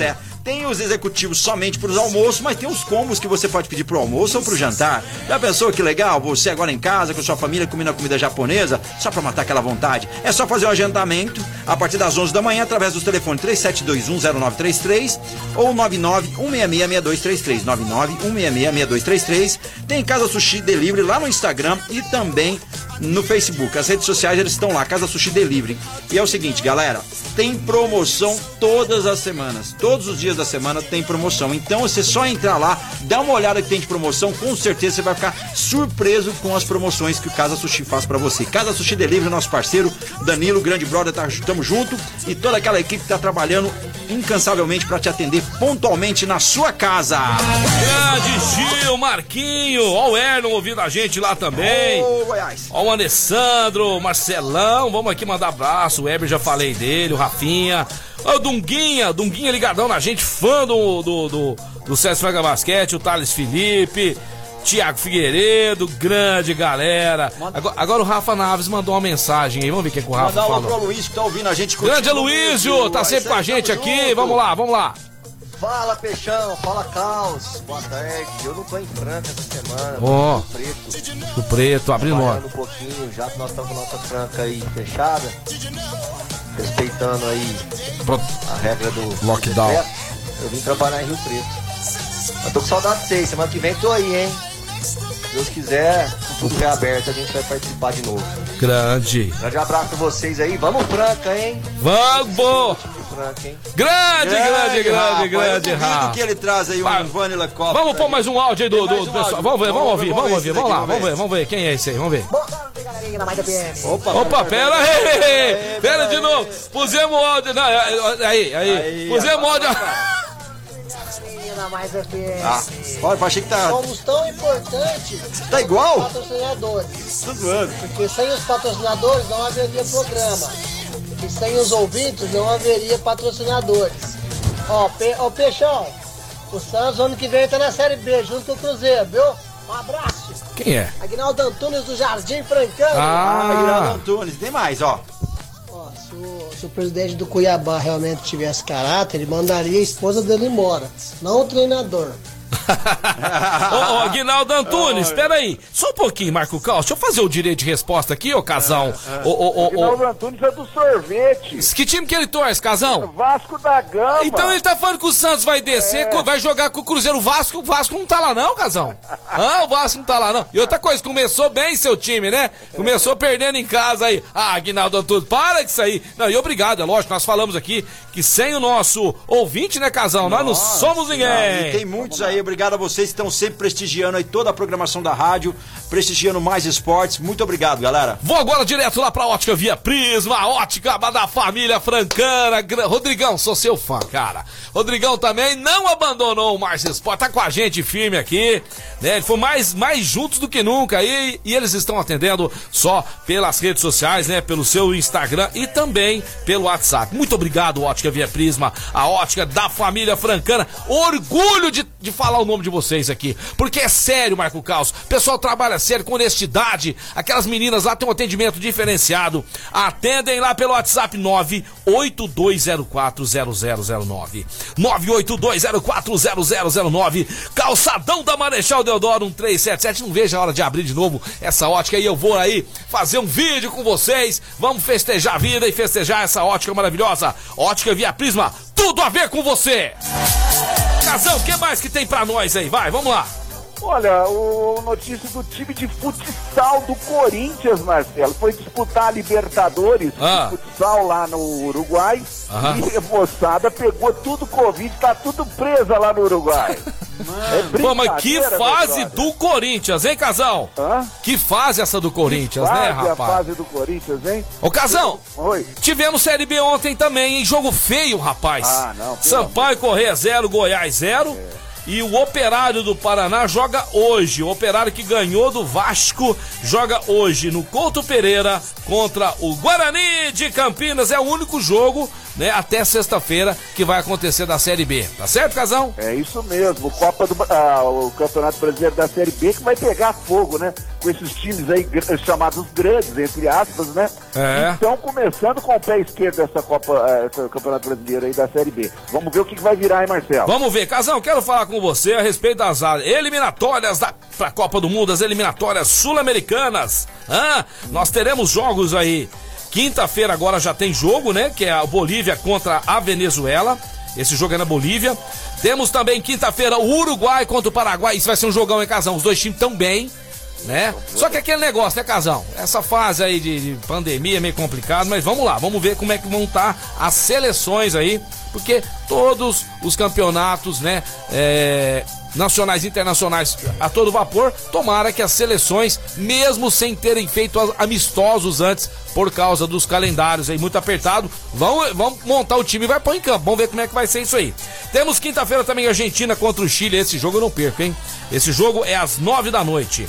S2: Tem os executivos somente para os almoços, mas tem os combos que você pode pedir pro almoço ou pro jantar. Já pensou que legal? Você agora em casa com sua família comendo a comida japonesa, só para matar aquela vontade. É só fazer um agendamento a partir das 11 da manhã através dos telefones 37210933 ou 991666233. 991666233. Tem Casa Sushi Delivery lá no Instagram e também no Facebook. As redes sociais eles estão lá, Casa Sushi Delivery. E é o seguinte, galera, tem promoção todas as semanas. Todos os dias da semana tem promoção. Então você só entrar lá, dá uma olhada que tem de promoção, com certeza você vai ficar surpreso com as promoções que o Casa Sushi faz pra você. Casa Sushi Delivery, nosso parceiro Danilo, grande brother, tamo junto, e toda aquela equipe que tá trabalhando incansavelmente pra te atender pontualmente na sua casa.
S3: Grande Gil, Marquinho, ó o Erno ouvindo a gente lá também.
S2: Ô, Goiás.
S3: Ó o Alessandro, Marcelão, vamos aqui mandar abraço, o Heber já falei dele, o Rafinha, ó o Dunguinha ligadão na gente, fã do César Franca Basquete, o Thales Felipe, Tiago Figueiredo, grande galera. Agora o Rafa Naves mandou uma mensagem aí, vamos ver o que o Rafa falou.
S2: Mandar um pro Luiz que tá ouvindo a gente.
S3: Grande Aloysio, tá sempre com a gente aqui, vamos lá.
S7: Fala, Peixão, fala, Caos, boa tarde. Eu não tô em Franca essa semana,
S3: Ó,
S7: Preto.
S3: do Preto, abrindo ó.
S7: Um pouquinho, já que nós estamos com a nossa Franca aí fechada, respeitando aí a regra do
S3: lockdown.
S7: decreto, eu vim trabalhar em Rio Preto. Eu tô com saudade de vocês, semana que vem tô aí, hein? Se Deus quiser, com tudo reaberto, a gente vai participar de novo.
S3: Grande
S7: Abraço pra vocês aí, vamos Franca, hein?
S3: Vamos!
S7: Franca, hein?
S3: Grande, Rafa.
S2: O que ele traz aí, um Vanilla Copa.
S3: Vamos pôr mais um áudio aí do pessoal. Vamos ouvir, vamos ver. Quem é esse aí? Vamos ver. Opa, pera aí. Pera de novo. Pusemos o áudio. Não, aí. Pusemos o áudio.
S8: Na Mais FM.
S2: Olha, achei que tá.
S8: Somos tão importantes.
S2: Tá igual?
S8: Os patrocinadores.
S2: Tô zoando.
S8: Porque sem os patrocinadores não haveria programa. E sem os ouvintes não haveria patrocinadores. Ó, Peixão, o Santos ano que vem tá na Série B, junto com o Cruzeiro, viu? Um abraço.
S3: Quem é?
S8: Aguinaldo Antunes do Jardim Francano.
S2: Aguinaldo Antunes, tem mais, ó.
S8: Se o presidente do Cuiabá realmente tivesse caráter, ele mandaria a esposa dele embora, não o treinador.
S3: Ô, Aguinaldo Antunes, peraí, só um pouquinho, Marco Caos, deixa eu fazer o direito de resposta aqui, ô Casão.
S6: Aguinaldo Antunes é do sorvete.
S3: Que time que ele torce, Casão?
S6: Vasco da Gama.
S3: Então ele tá falando que o Santos vai descer, vai jogar com o Cruzeiro. O Vasco não tá lá não, Casão. O Vasco não tá lá não. E outra coisa, começou bem seu time, né? Começou perdendo em casa aí. Aguinaldo Antunes, para disso aí. Não, e obrigado, é lógico, nós falamos aqui que sem o nosso ouvinte, né, Casão, nós não somos ninguém.
S2: E tem muitos aí, obrigado a vocês que estão sempre prestigiando aí toda a programação da rádio, prestigiando mais esportes. Muito obrigado, galera.
S3: Vou agora direto lá pra Ótica Via Prisma, a ótica da família francana. Rodrigão, sou seu fã, cara. Rodrigão também não abandonou o Mais Esporte, tá com a gente firme aqui, né? Ele foi mais juntos do que nunca aí, e eles estão atendendo só pelas redes sociais, né? Pelo seu Instagram e também pelo WhatsApp. Muito obrigado, Ótica Via Prisma, a ótica da família francana. Orgulho de falar o nome de vocês aqui, porque é sério, Marco Caos. O pessoal trabalha sério, com honestidade. Aquelas meninas lá têm um atendimento diferenciado. Atendem lá pelo WhatsApp 982040009. 982040009. Calçadão da Marechal Deodoro 1377. Não vejo a hora de abrir de novo essa ótica e eu vou aí fazer um vídeo com vocês. Vamos festejar a vida e festejar essa ótica maravilhosa. Ótica Via Prisma, tudo a ver com você. Casão, o que mais que tem pra nós aí? Vai, vamos lá.
S6: Olha, notícia do time de futsal do Corinthians, Marcelo. Foi disputar a Libertadores de futsal lá no Uruguai. E a moçada pegou tudo Covid, tá tudo presa lá no Uruguai.
S3: Pô, mas que fase do Corinthians, hein, Casão? Que fase essa do Corinthians, né, rapaz?
S6: A fase do Corinthians, hein?
S3: Ô, Casão,
S6: oi.
S3: Tivemos Série B ontem também, hein? Jogo feio, rapaz.
S6: Não.
S3: Sampaio Corrêa 0, Goiás 0. E o Operário do Paraná joga hoje. O Operário que ganhou do Vasco joga hoje no Couto Pereira contra o Guarani de Campinas. É o único jogo, né, até sexta-feira que vai acontecer da Série B. Tá certo, Casão?
S6: É isso mesmo. O Campeonato Brasileiro da Série B que vai pegar fogo, né? com esses times aí chamados grandes, entre aspas, né? Estão começando com o pé esquerdo essa Campeonato Brasileiro aí da Série B. Vamos ver o que vai virar, hein, Marcelo?
S3: Vamos ver. Casão, quero falar com você a respeito das eliminatórias pra Copa do Mundo, as eliminatórias sul-americanas. Nós teremos jogos aí. Quinta-feira agora já tem jogo, né? Que é a Bolívia contra a Venezuela. Esse jogo é na Bolívia. Temos também quinta-feira o Uruguai contra o Paraguai. Isso vai ser um jogão, hein, Casão? Os dois times tão bem, né? Só que aquele negócio, né, Casão? Essa fase aí de pandemia é meio complicado, mas vamos lá, vamos ver como é que vão estar as seleções aí, porque todos os campeonatos, né, nacionais e internacionais a todo vapor, tomara que as seleções, mesmo sem terem feito amistosos antes, por causa dos calendários aí muito apertado, vão montar o time e vai pôr em campo. Vamos ver como é que vai ser isso aí. Temos quinta-feira também Argentina contra o Chile. Esse jogo eu não perco, hein? Esse jogo é às 9h.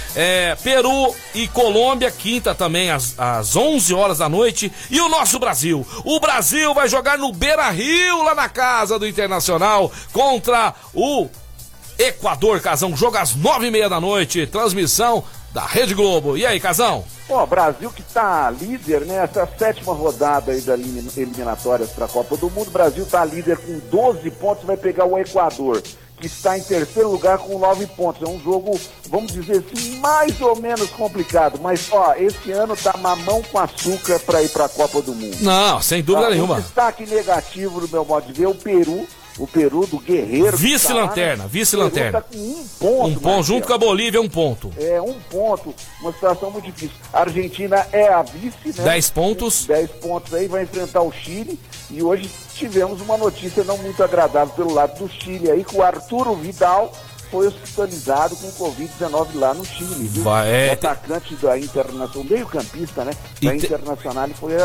S3: Peru e Colômbia, quinta também às 11h da noite. E o nosso Brasil. O Brasil vai jogar no Beira-Rio, lá na casa do Internacional, contra o Equador, Casão. Jogo às 9h30, transmissão da Rede Globo. E aí, Casão?
S6: Ó, Brasil que tá líder, né? Essa 7ª rodada aí das eliminatórias para a Copa do Mundo. Brasil tá líder com 12 pontos, vai pegar o Equador, que está em terceiro lugar com 9 pontos. É um jogo, vamos dizer assim, mais ou menos complicado. Mas, ó, esse ano tá mamão com açúcar para ir para a Copa do Mundo.
S3: Não, sem dúvida nenhuma.
S6: Um destaque negativo, no meu modo de ver, o Peru do Guerreiro.
S3: Vice-lanterna, vice-lanterna.
S6: Tá com 1 ponto.
S3: 1 ponto, junto com a Bolívia, 1 ponto.
S6: 1 ponto, uma situação muito difícil. A Argentina é a vice, né?
S3: 10 pontos.
S6: 10 pontos aí, vai enfrentar o Chile. E hoje tivemos uma notícia não muito agradável pelo lado do Chile aí, que o Arturo Vidal foi hospitalizado com Covid-19 lá no Chile, viu? O atacante da Internacional, meio-campista, né? Da Internacional foi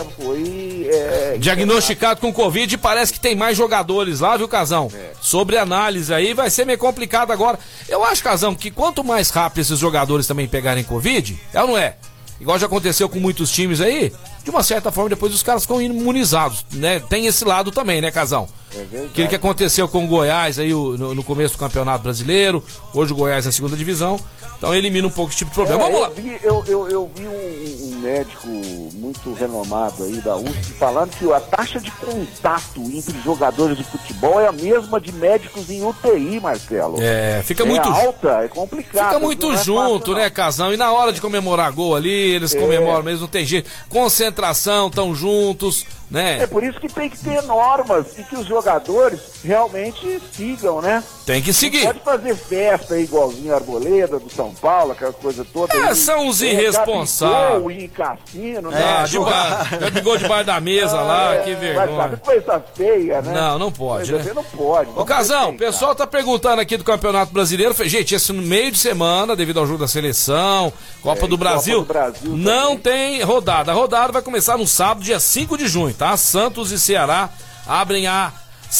S3: diagnosticado com Covid, e parece que tem mais jogadores lá, viu, Casão? Sobre análise aí, vai ser meio complicado agora. Eu acho, Casão, que quanto mais rápido esses jogadores também pegarem Covid, é ou não é? Igual já aconteceu com muitos times aí, de uma certa forma depois os caras ficam imunizados, né? Tem esse lado também, né, Casão? Aquilo que aconteceu com o Goiás aí no começo do Campeonato Brasileiro, hoje o Goiás é a 2ª divisão, então elimina um pouco esse tipo de problema. Vamos lá.
S6: Eu vi um médico muito renomado aí da USP falando que a taxa de contato entre jogadores de futebol é a mesma de médicos em UTI, Marcelo.
S3: Fica muito
S6: alta, é complicado.
S3: Fica muito junto, né, Casão? E na hora de comemorar gol ali, eles comemoram mesmo, não tem jeito. Concentração, tão juntos, né?
S6: É por isso que tem que ter normas e que os jogadores realmente sigam, né?
S3: Tem que seguir.
S6: Não pode fazer festa aí, igualzinho a Arboleda do São Paulo, aquelas coisas todas.
S3: São os irresponsáveis.
S6: Gabigol em cassino, né?
S3: Gabigol debaixo da mesa lá, que vergonha.
S6: Mas coisa feia, né?
S3: Não pode, né?
S6: Não pode.
S3: Ô, Casão, o pessoal tá perguntando aqui do Campeonato Brasileiro. Gente, esse no meio de semana, devido ao jogo da seleção, Copa do Brasil, não tem rodada. A rodada vai começar no sábado, dia 5 de junho, tá? Santos e Ceará abrem a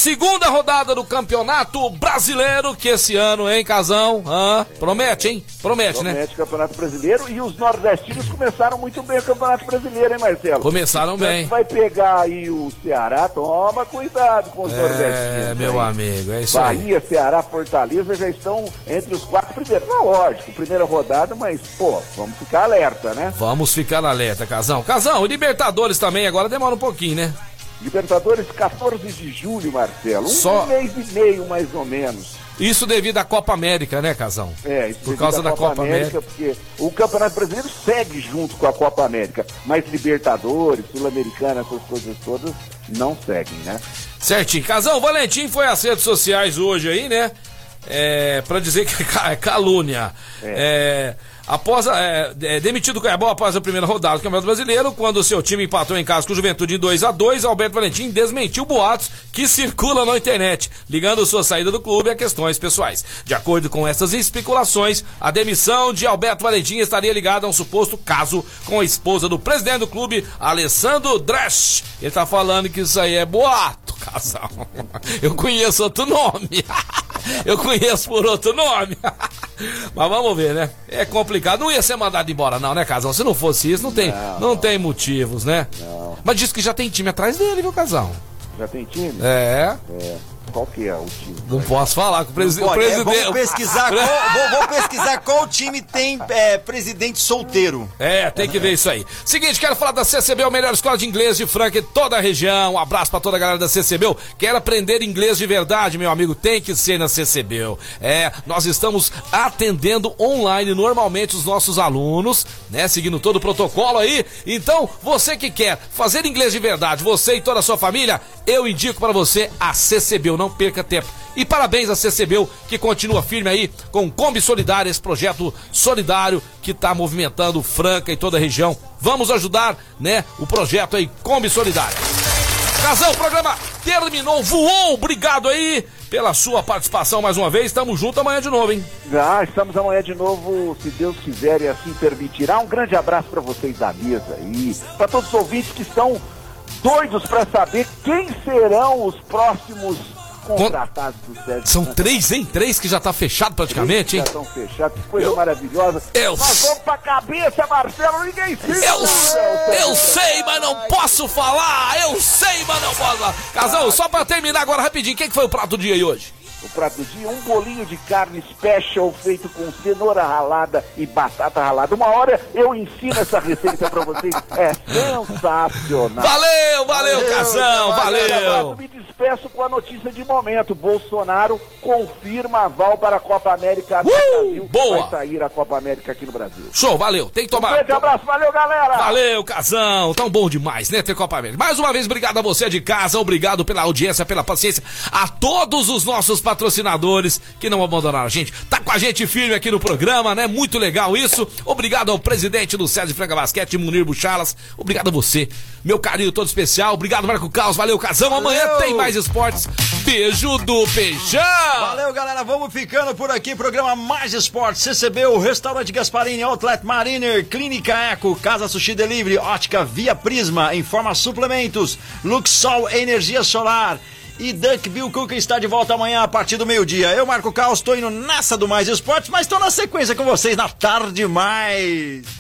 S3: 2ª rodada do Campeonato Brasileiro, que esse ano, hein, Casão? Promete, hein? Promete, né?
S6: Promete o Campeonato Brasileiro, e os nordestinos começaram muito bem o Campeonato Brasileiro, hein, Marcelo?
S3: Começaram bem.
S6: Vai pegar aí o Ceará, toma cuidado com os nordestinos.
S3: Meu amigo, é isso aí.
S6: Bahia, Ceará, Fortaleza já estão entre os 4 primeiros. Não, lógico, primeira rodada, mas, vamos ficar alerta, né?
S3: Vamos ficar alerta, Casão. Casão, o Libertadores também agora demora um pouquinho, né?
S6: Libertadores, 14 de julho, Marcelo. Um mês e meio, mais ou menos.
S3: Isso devido à Copa América, né, Casão?
S6: Isso
S3: por causa da Copa América.
S6: Porque o Campeonato Brasileiro segue junto com a Copa América, mas Libertadores, Sul-Americana, essas coisas todas não seguem, né?
S3: Certinho. Casão, Valentim foi às redes sociais hoje aí, né? Pra dizer que é calúnia. Demitido do Cuiabá após a primeira rodada do Campeonato Brasileiro, quando o seu time empatou em casa com o Juventude em 2-2, Alberto Valentim desmentiu boatos que circulam na internet, ligando sua saída do clube a questões pessoais. De acordo com essas especulações, a demissão de Alberto Valentim estaria ligada a um suposto caso com a esposa do presidente do clube, Alessandro Dresch. Ele tá falando que isso aí é boato, Casal. Eu conheço outro nome. Eu conheço por outro nome. Mas vamos ver, né? É complicado. Não ia ser mandado embora, não, né, Casal? Se não fosse isso, não tem motivos, né?
S6: Não.
S3: Mas diz que já tem time atrás dele, viu, Casal?
S6: Já tem time? Qual que é o time?
S3: Não posso falar com o presidente.
S2: Vou pesquisar qual time tem presidente solteiro.
S3: Tem que ver isso aí. Seguinte, quero falar da CCBU, melhor escola de inglês de Franca e toda a região. Um abraço pra toda a galera da CCBU. Quer aprender inglês de verdade, meu amigo? Tem que ser na CCBU. Nós estamos atendendo online normalmente os nossos alunos, né? Seguindo todo o protocolo aí. Então, você que quer fazer inglês de verdade, você e toda a sua família, eu indico para você a CCBU. Não perca tempo. E parabéns à CCBU, que continua firme aí com Kombi Solidária, esse projeto solidário que está movimentando Franca e toda a região. Vamos ajudar, né, o projeto aí, Kombi Solidária. Casão, o programa terminou, voou, obrigado aí pela sua participação mais uma vez. Estamos juntos amanhã de novo, hein?
S6: Estamos amanhã de novo, se Deus quiser e assim permitirá. Um grande abraço para vocês da mesa aí, para todos os ouvintes que estão doidos para saber quem serão os próximos contratados do Sérgio.
S3: São 3, hein? 3 que já tá fechado praticamente, hein?
S6: Já estão fechados, que coisa maravilhosa. Nós vamos pra cabeça, Marcelo, ninguém fica.
S3: Eu sei, mas não posso falar. Eu sei, mas não posso falar. Casão, só pra terminar agora rapidinho, quem que foi o prato do dia aí hoje?
S6: O prato do dia, um bolinho de carne special feito com cenoura ralada e batata ralada. Uma hora eu ensino essa receita pra vocês. É sensacional.
S3: Valeu, Casão, valeu.
S6: Eu me despeço com a notícia de momento. Bolsonaro confirma aval para a Copa América no Brasil.
S3: Boa.
S6: Vai sair a Copa América aqui no Brasil.
S3: Show, valeu. Tem que tomar.
S6: Um grande abraço, valeu, galera.
S3: Valeu, Casão. Tão bom demais, né, ter Copa América. Mais uma vez, obrigado a você de casa, obrigado pela audiência, pela paciência. A todos os nossos patrocinadores que não abandonaram a gente. Tá com a gente firme aqui no programa, né? Muito legal isso. Obrigado ao presidente do César Franca Basquete, Munir Buchalas. Obrigado a você. Meu carinho todo especial. Obrigado, Marco Caos. Valeu, Casão. Amanhã tem mais esportes. Beijo do Peixão.
S2: Valeu, galera. Vamos ficando por aqui. Programa Mais Esportes. CCBU, Restaurante Gasparini, Outlet Mariner, Clínica Eco, Casa Sushi Delivery, Ótica Via Prisma, Informa Suplementos, Luxol Energia Solar. E Duckbill Cookie está de volta amanhã a partir do meio-dia. Eu, Marco Caos, estou indo nessa do Mais Esportes, mas estou na sequência com vocês na Tarde Mais.